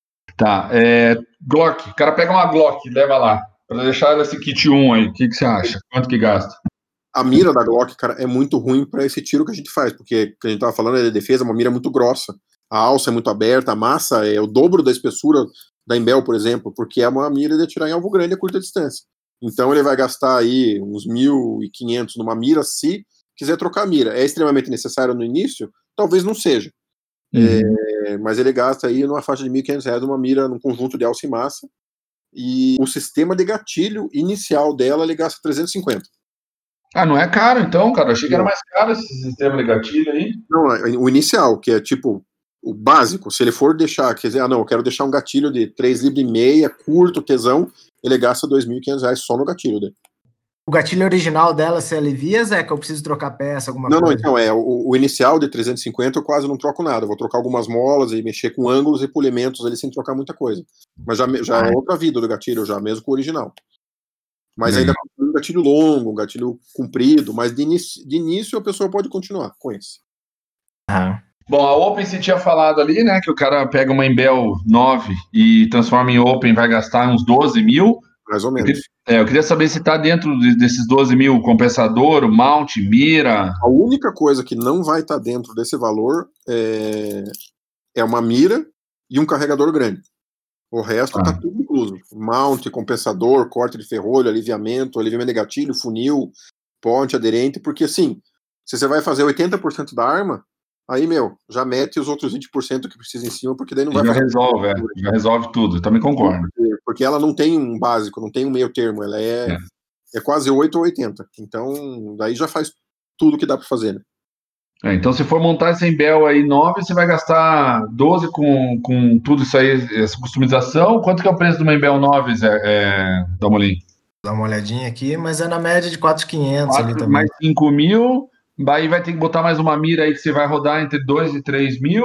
Tá, é, Glock, o cara pega uma Glock e leva lá, para deixar esse kit um aí, o que, que você acha? Quanto que gasta? A mira da Glock, cara, é muito ruim para esse tiro que a gente faz, porque a gente tava falando é de defesa, uma mira muito grossa. A alça é muito aberta, a massa é o dobro da espessura da Imbel, por exemplo, porque é uma mira de atirar em alvo grande a curta distância. Então ele vai gastar aí uns mil e quinhentos numa mira se quiser trocar a mira. É extremamente necessário no início? Talvez não seja. Uhum. É, mas ele gasta aí numa faixa de mil e quinhentos reais numa mira num conjunto de alça e massa. E o sistema de gatilho inicial dela ele gasta trezentos e cinquenta. Ah, não é caro então, cara? Eu achei que era mais caro esse sistema de gatilho aí. Não, o inicial, que é tipo o básico, se ele for deixar, quer dizer, ah, não, eu quero deixar um gatilho de três libras e meia, curto, tesão, ele gasta dois mil e quinhentos reais só no gatilho dele. O gatilho original dela se alivia, Zé, que eu preciso trocar peça, alguma não, coisa? Não, então, é, o, o inicial de trezentos e cinquenta eu quase não troco nada, eu vou trocar algumas molas e mexer com ângulos e polimentos ali sem trocar muita coisa. Mas já, já é outra vida do gatilho, já mesmo com o original. Mas ainda com um gatilho longo, um gatilho comprido, mas de início, de início a pessoa pode continuar com esse. Ah. Bom, a Open você tinha falado ali, né, que o cara pega uma Imbel nove e transforma em Open, vai gastar uns doze mil. Mais ou menos. Eu queria, é, eu queria saber se está dentro de, desses doze mil o compensador, o mount, mira. A única coisa que não vai estar tá dentro desse valor é, é uma mira e um carregador grande. O resto está ah. tudo incluso. Mount, compensador, corte de ferrolho, aliviamento, aliviamento de gatilho, funil, ponte, aderente, porque assim, se você vai fazer oitenta por cento da arma, aí, meu, já mete os outros vinte por cento que precisa em cima, porque daí não vai já fazer resolve, é, já resolve tudo, eu também concordo. Porque, porque ela não tem um básico, não tem um meio termo, ela é, é. é quase oito ou oitenta. Então, daí já faz tudo que dá para fazer, né? É, então, se for montar esse Imbel aí nove, você vai gastar doze com, com tudo isso aí, essa customização. Quanto que é o preço de uma Imbel nove, Zé, é, Dalmolin? Dá uma olhadinha aqui, mas é na média de quatro mil e quinhentos ali também. Mais cinco mil, daí vai ter que botar mais uma mira aí que você vai rodar entre dois e três mil.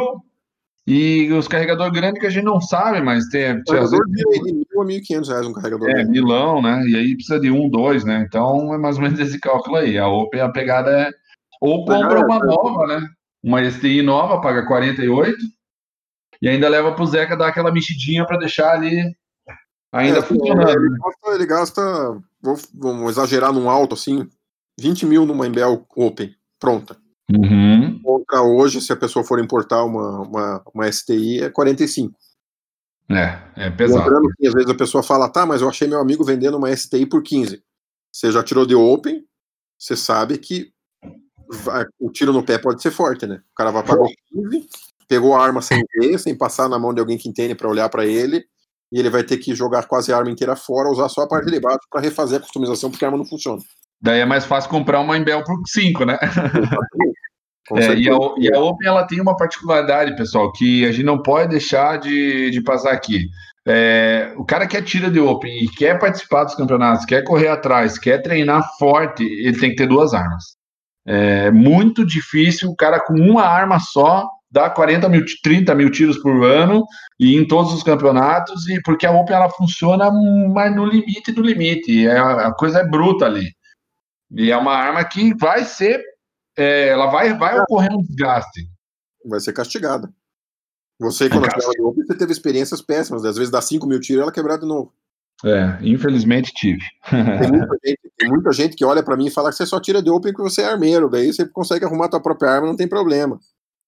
E os carregadores grandes que a gente não sabe, mas tem... Carregador de mil a mil e quinhentos reais um carregador É, grande. milão, né? E aí precisa de um, dois, né? Então é mais ou menos esse cálculo aí. A Open, a pegada é... Ou compra uma nova, né? Uma S T I nova, paga quarenta e oito e ainda leva pro Zeca dar aquela mexidinha para deixar ali ainda é, funcionando. Ele gasta, ele gasta, vamos exagerar num alto assim, vinte mil numa Imbel Open, pronta. Uhum. Contra hoje, se a pessoa for importar uma, uma, uma S T I, é quarenta e cinco. É, é pesado. Lembrando que às vezes a pessoa fala, tá, mas eu achei meu amigo vendendo uma S T I por quinze. Você já tirou de Open, você sabe que vai, o tiro no pé pode ser forte, né? O cara vai pagar quinze, pegou a arma sem ver, sem passar na mão de alguém que entende para olhar para ele, e ele vai ter que jogar quase a arma inteira fora, usar só a parte de baixo para refazer a customização, porque a arma não funciona. Daí é mais fácil comprar uma Imbel por cinco, né? É, e, a, e a Open ela tem uma particularidade, pessoal, que a gente não pode deixar de, de passar aqui. É, o cara que atira de Open e quer participar dos campeonatos, quer correr atrás, quer treinar forte, ele tem que ter duas armas. É muito difícil o cara com uma arma só dar quarenta mil, trinta mil tiros por ano e em todos os campeonatos, e porque a Open ela funciona mas no limite do limite. É, a coisa é bruta ali. E é uma arma que vai ser É, ela vai, vai ocorrer um desgaste. Vai ser castigada. Você, quando ela de Open, você teve experiências péssimas. Às vezes dá cinco mil tiros e ela quebrar de novo. É, infelizmente tive. Tem muita gente, tem muita gente que olha pra mim e fala que você só tira de Open porque você é armeiro. Daí você consegue arrumar a tua própria arma, não tem problema.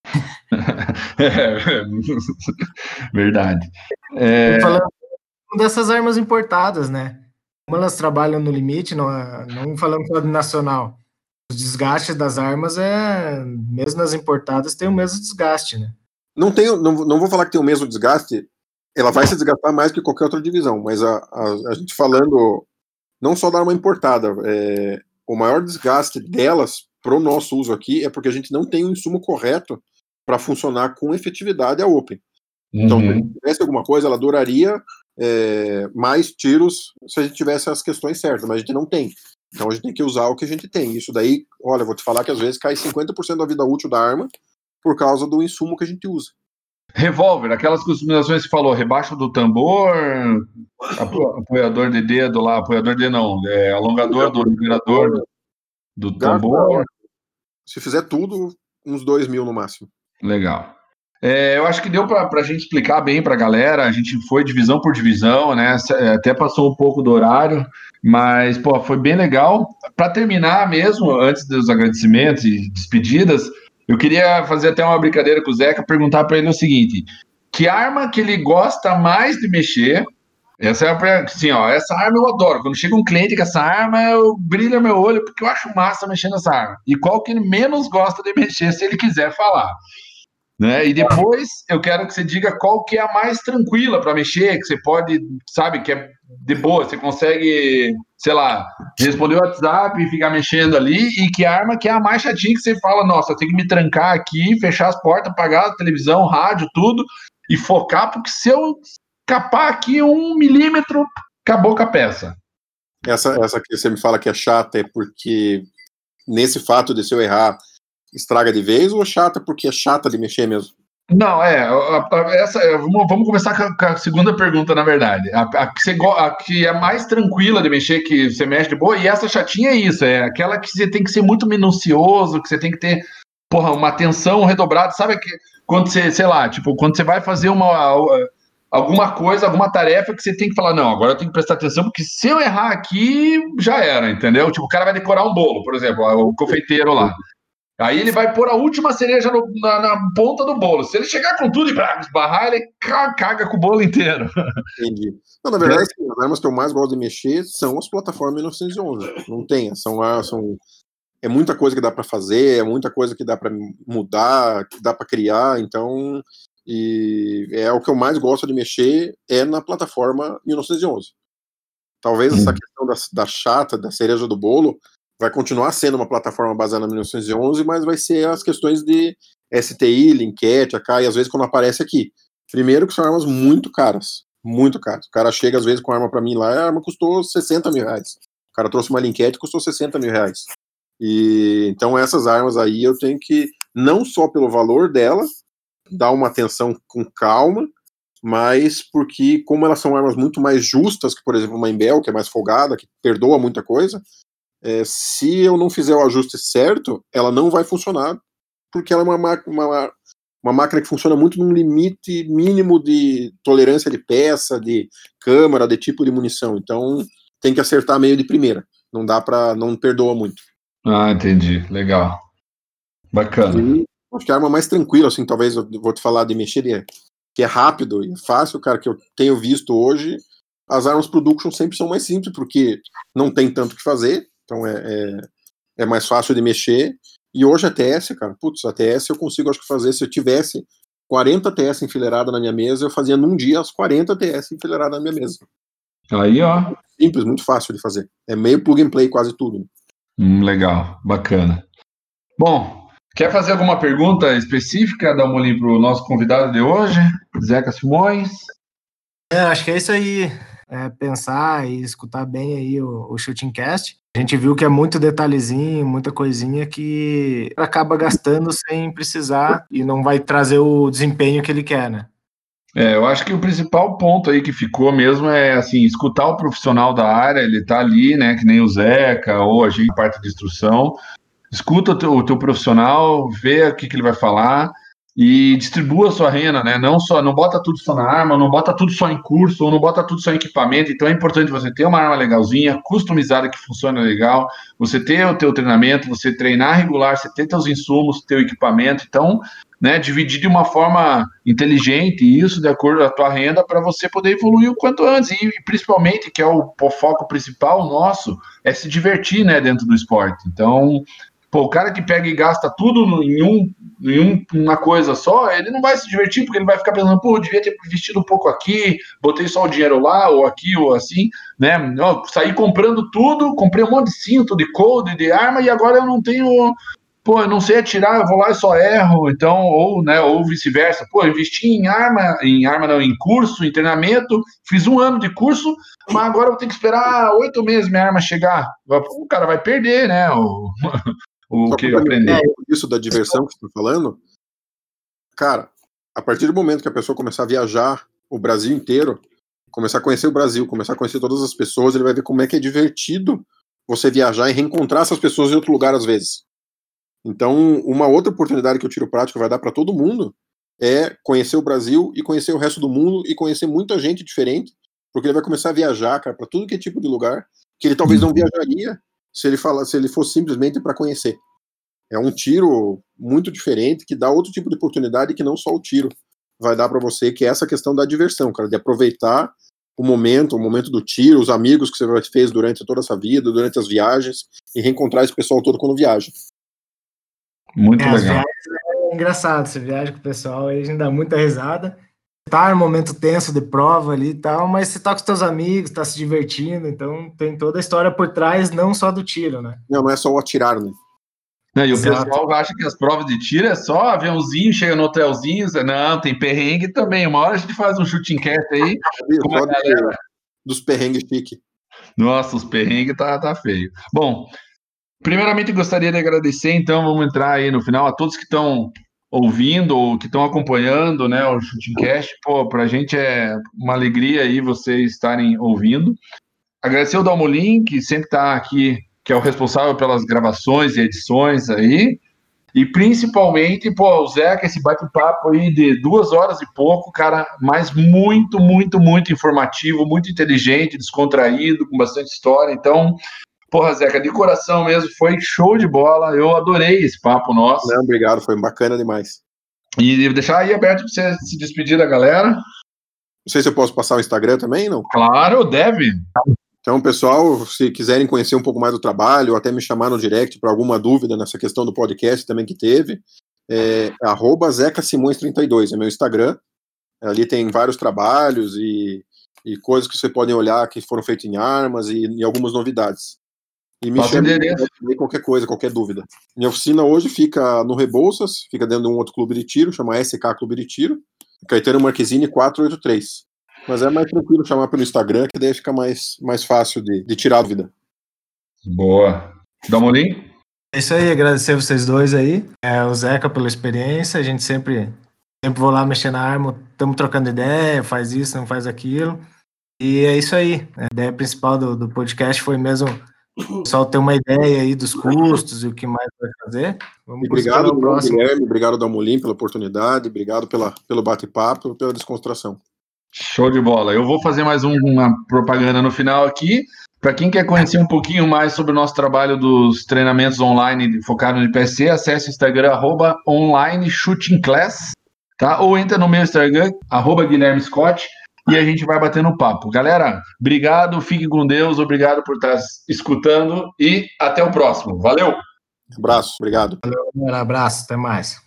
É, verdade. É... Falando dessas armas importadas, né? Como elas trabalham no limite, não, não falando só de nacional. Os desgastes das armas, é mesmo nas importadas, tem o mesmo desgaste, né? Não, tenho, não, não vou falar que tem o mesmo desgaste, ela vai se desgastar mais que qualquer outra divisão, mas a, a, a gente falando não só da arma importada, é, o maior desgaste delas pro nosso uso aqui é porque a gente não tem o insumo correto para funcionar com efetividade a Open. Uhum. Então, se tivesse alguma coisa, ela duraria é, mais tiros se a gente tivesse as questões certas, mas a gente não tem. Então a gente tem que usar o que a gente tem. Isso daí, olha, vou te falar que às vezes cai cinquenta por cento da vida útil da arma por causa do insumo que a gente usa. Revólver, aquelas customizações que você falou, rebaixo do tambor, apoiador de dedo lá, apoiador de não, é, alongador do liberador do, do tambor. Se fizer tudo, uns dois mil no máximo. Legal. É, eu acho que deu para a gente explicar bem para a galera, a gente foi divisão por divisão, né? Até passou um pouco do horário, mas pô, foi bem legal. Para terminar mesmo, antes dos agradecimentos e despedidas, eu queria fazer até uma brincadeira com o Zeca, perguntar para ele o seguinte: que arma que ele gosta mais de mexer? Essa é a, assim, ó, essa arma eu adoro. Quando chega um cliente com essa arma, eu brilho meu olho porque eu acho massa mexer nessa arma. E qual que ele menos gosta de mexer, se ele quiser falar? Né? E depois eu quero que você diga qual que é a mais tranquila para mexer, que você pode, sabe, que é de boa, você consegue, sei lá, responder o WhatsApp e ficar mexendo ali, e que arma que é a mais chatinha que você fala, nossa, eu tenho que me trancar aqui, fechar as portas, apagar a televisão, rádio, tudo, e focar, porque se eu capar aqui um milímetro, acabou com a peça. Essa, essa que você me fala que é chata é porque nesse fato de se eu errar estraga de vez, ou chata porque é chata de mexer mesmo? Não, é, a, a, essa, vamos, vamos começar com a, com a segunda pergunta, na verdade. A, a, que você, a que é mais tranquila de mexer, que você mexe de boa, e essa chatinha é isso, é aquela que você tem que ser muito minucioso, que você tem que ter, porra, uma atenção redobrada, sabe que quando você, sei lá, tipo, quando você vai fazer uma, alguma coisa, alguma tarefa que você tem que falar, não, agora eu tenho que prestar atenção, porque se eu errar aqui, já era, entendeu? Tipo, o cara vai decorar um bolo, por exemplo, o confeiteiro lá. Aí ele vai pôr a última cereja no, na, na ponta do bolo. Se ele chegar com tudo e esbarrar, ele caga com o bolo inteiro. Entendi. Não, na verdade, é. As armas que eu mais gosto de mexer são as plataformas mil novecentos e onze. Não tem, são, são é muita coisa que dá para fazer, é muita coisa que dá para mudar, que dá para criar, então e é o que eu mais gosto de mexer é na plataforma mil novecentos e onze. Talvez hum. essa questão da, da chata, da cereja do bolo, vai continuar sendo uma plataforma baseada na mil novecentos e onze, mas vai ser as questões de S T I, Linked, A K, e às vezes quando aparece aqui. Primeiro que são armas muito caras, muito caras. O cara chega às vezes com a arma para mim lá, a arma custou sessenta mil reais. O cara trouxe uma Linked e custou sessenta mil reais. E, então essas armas aí eu tenho que, não só pelo valor dela, dar uma atenção com calma, mas porque como elas são armas muito mais justas que, por exemplo, uma Imbel, que é mais folgada, que perdoa muita coisa, É, se eu não fizer o ajuste certo, ela não vai funcionar, porque ela é uma, uma, uma máquina que funciona muito num limite mínimo de tolerância de peça, de câmara, de tipo de munição. Então tem que acertar meio de primeira. Não dá pra. Não perdoa muito. Ah, entendi. Legal. Bacana. E acho que a arma mais tranquila, assim, talvez eu vou te falar de mexer, que é rápido e fácil, cara, que eu tenho visto hoje. As armas production sempre são mais simples, porque não tem tanto o que fazer. Então é, é, é mais fácil de mexer. E hoje a T S, cara, putz, a T S eu consigo, acho que fazer, se eu tivesse quarenta T S enfileiradas na minha mesa, eu fazia num dia as quarenta T S enfileiradas na minha mesa. Aí, ó. Simples, muito fácil de fazer. É meio plug and play quase tudo. Hum, legal, bacana. Bom, quer fazer alguma pergunta específica, Dalmolin, para o nosso convidado de hoje, Zeca Simões? É, acho que é isso aí. É pensar e escutar bem aí o, o Shooting Cast. A gente viu que é muito detalhezinho, muita coisinha que acaba gastando sem precisar e não vai trazer o desempenho que ele quer, né? É, eu acho que o principal ponto aí que ficou mesmo é, assim, escutar o profissional da área, ele tá ali, né, que nem o Zeca ou a gente, parte de instrução, escuta o teu, o teu profissional, vê o que, que ele vai falar e distribua a sua renda, né? Não só, não bota tudo só na arma, não bota tudo só em curso, ou não bota tudo só em equipamento. Então é importante você ter uma arma legalzinha, customizada, que funciona legal, você ter o teu treinamento, você treinar regular, você ter teus insumos, teu equipamento. Então, né, dividir de uma forma inteligente isso de acordo com a tua renda para você poder evoluir o quanto antes. E, e principalmente, que é o, o foco principal nosso, é se divertir, né, dentro do esporte. Então, pô, o cara que pega e gasta tudo em, um, em um, uma coisa só, ele não vai se divertir, porque ele vai ficar pensando, pô, eu devia ter investido um pouco aqui, botei só o dinheiro lá, ou aqui, ou assim, né? Eu saí comprando tudo, comprei um monte de cinto, de cold, de arma, e agora eu não tenho, pô, eu não sei atirar, eu vou lá e só erro, então, ou, né, ou vice-versa. Pô, eu investi em arma, em arma não, em curso, em treinamento, fiz um ano de curso, mas agora eu vou ter que esperar oito meses minha arma chegar. O cara vai perder, né? O... o Só que aprender. Isso da diversão que você está falando, cara, a partir do momento que a pessoa começar a viajar o Brasil inteiro, começar a conhecer o Brasil, começar a conhecer todas as pessoas, ele vai ver como é que é divertido você viajar e reencontrar essas pessoas em outro lugar às vezes. Então, uma outra oportunidade que o tiro prático vai dar para todo mundo é conhecer o Brasil e conhecer o resto do mundo e conhecer muita gente diferente, porque ele vai começar a viajar, cara, para tudo que é tipo de lugar que ele talvez não viajaria se ele falar, se ele fosse simplesmente para conhecer. É um tiro muito diferente que dá outro tipo de oportunidade que não só o tiro vai dar para você, que é essa questão da diversão, cara, de aproveitar o momento, o momento do tiro, os amigos que você fez durante toda essa vida, durante as viagens, e reencontrar esse pessoal todo quando viaja. Muito é, legal. As viagens é engraçado, você viaja com o pessoal, aí a gente dá muita risada. Tá no momento tenso de prova ali e tal, mas você tá com os seus amigos, tá se divertindo, então tem toda a história por trás, não só do tiro, né? Não, não é só o atirar, né? Não, e Exato. o pessoal acha que as provas de tiro é só aviãozinho, chega no hotelzinho, não, tem perrengue também. Uma hora a gente faz um shooting cast aí com a galera. Dos perrengues chique. Nossa, os perrengues tá, tá feio. Bom, primeiramente gostaria de agradecer, então vamos entrar aí no final, a todos que estão ouvindo ou que estão acompanhando, né, o Shooting Cast. Pô, pra gente é uma alegria aí vocês estarem ouvindo. Agradecer o Dalmolin, que sempre está aqui, que é o responsável pelas gravações e edições aí, e principalmente, pô, o Zeca, esse bate-papo aí de duas horas e pouco, cara, mas muito, muito, muito informativo, muito inteligente, descontraído, com bastante história. Então, porra, Zeca, de coração mesmo, foi show de bola, eu adorei esse papo nosso. Não, obrigado, foi bacana demais. E deixar aí aberto para você se despedir da galera. Não sei se eu posso passar o Instagram também, não? Claro, deve. Então, pessoal, se quiserem conhecer um pouco mais do trabalho, ou até me chamar no direct para alguma dúvida nessa questão do podcast também que teve, é arroba Zeca Simões trinta e dois, é meu Instagram. Ali tem vários trabalhos e, e coisas que vocês podem olhar que foram feitas em armas e, e algumas novidades. E me chame de qualquer coisa, qualquer dúvida. Minha oficina hoje fica no Rebouças, fica dentro de um outro clube de tiro, chama S K Clube de Tiro, Caetano Marquezine quatrocentos e oitenta e três. Mas é mais tranquilo chamar pelo Instagram, que daí fica mais, mais fácil de, de tirar a dúvida. Boa. Dalmolin? É isso aí, agradecer vocês dois aí. É, o Zeca pela experiência, a gente sempre, sempre vou lá mexer na arma, estamos trocando ideia, faz isso, não faz aquilo. E é isso aí. A ideia principal do, do podcast foi mesmo o pessoal ter uma ideia aí dos custos e o que mais vai fazer. Vamos e obrigado, o próximo. Guilherme, obrigado, Dalmolin, pela oportunidade, obrigado pela, pelo bate-papo, pela descontração. Show de bola. Eu vou fazer mais um, uma propaganda no final aqui. Para quem quer conhecer um pouquinho mais sobre o nosso trabalho dos treinamentos online focado no I P S C, acesse o Instagram, arroba online shooting class, tá? Ou entra no meu Instagram, arroba Guilherme Scott, e a gente vai batendo papo. Galera, obrigado, fique com Deus, obrigado por estar escutando e até o próximo. Valeu! Abraço, obrigado. Valeu, um abraço, até mais.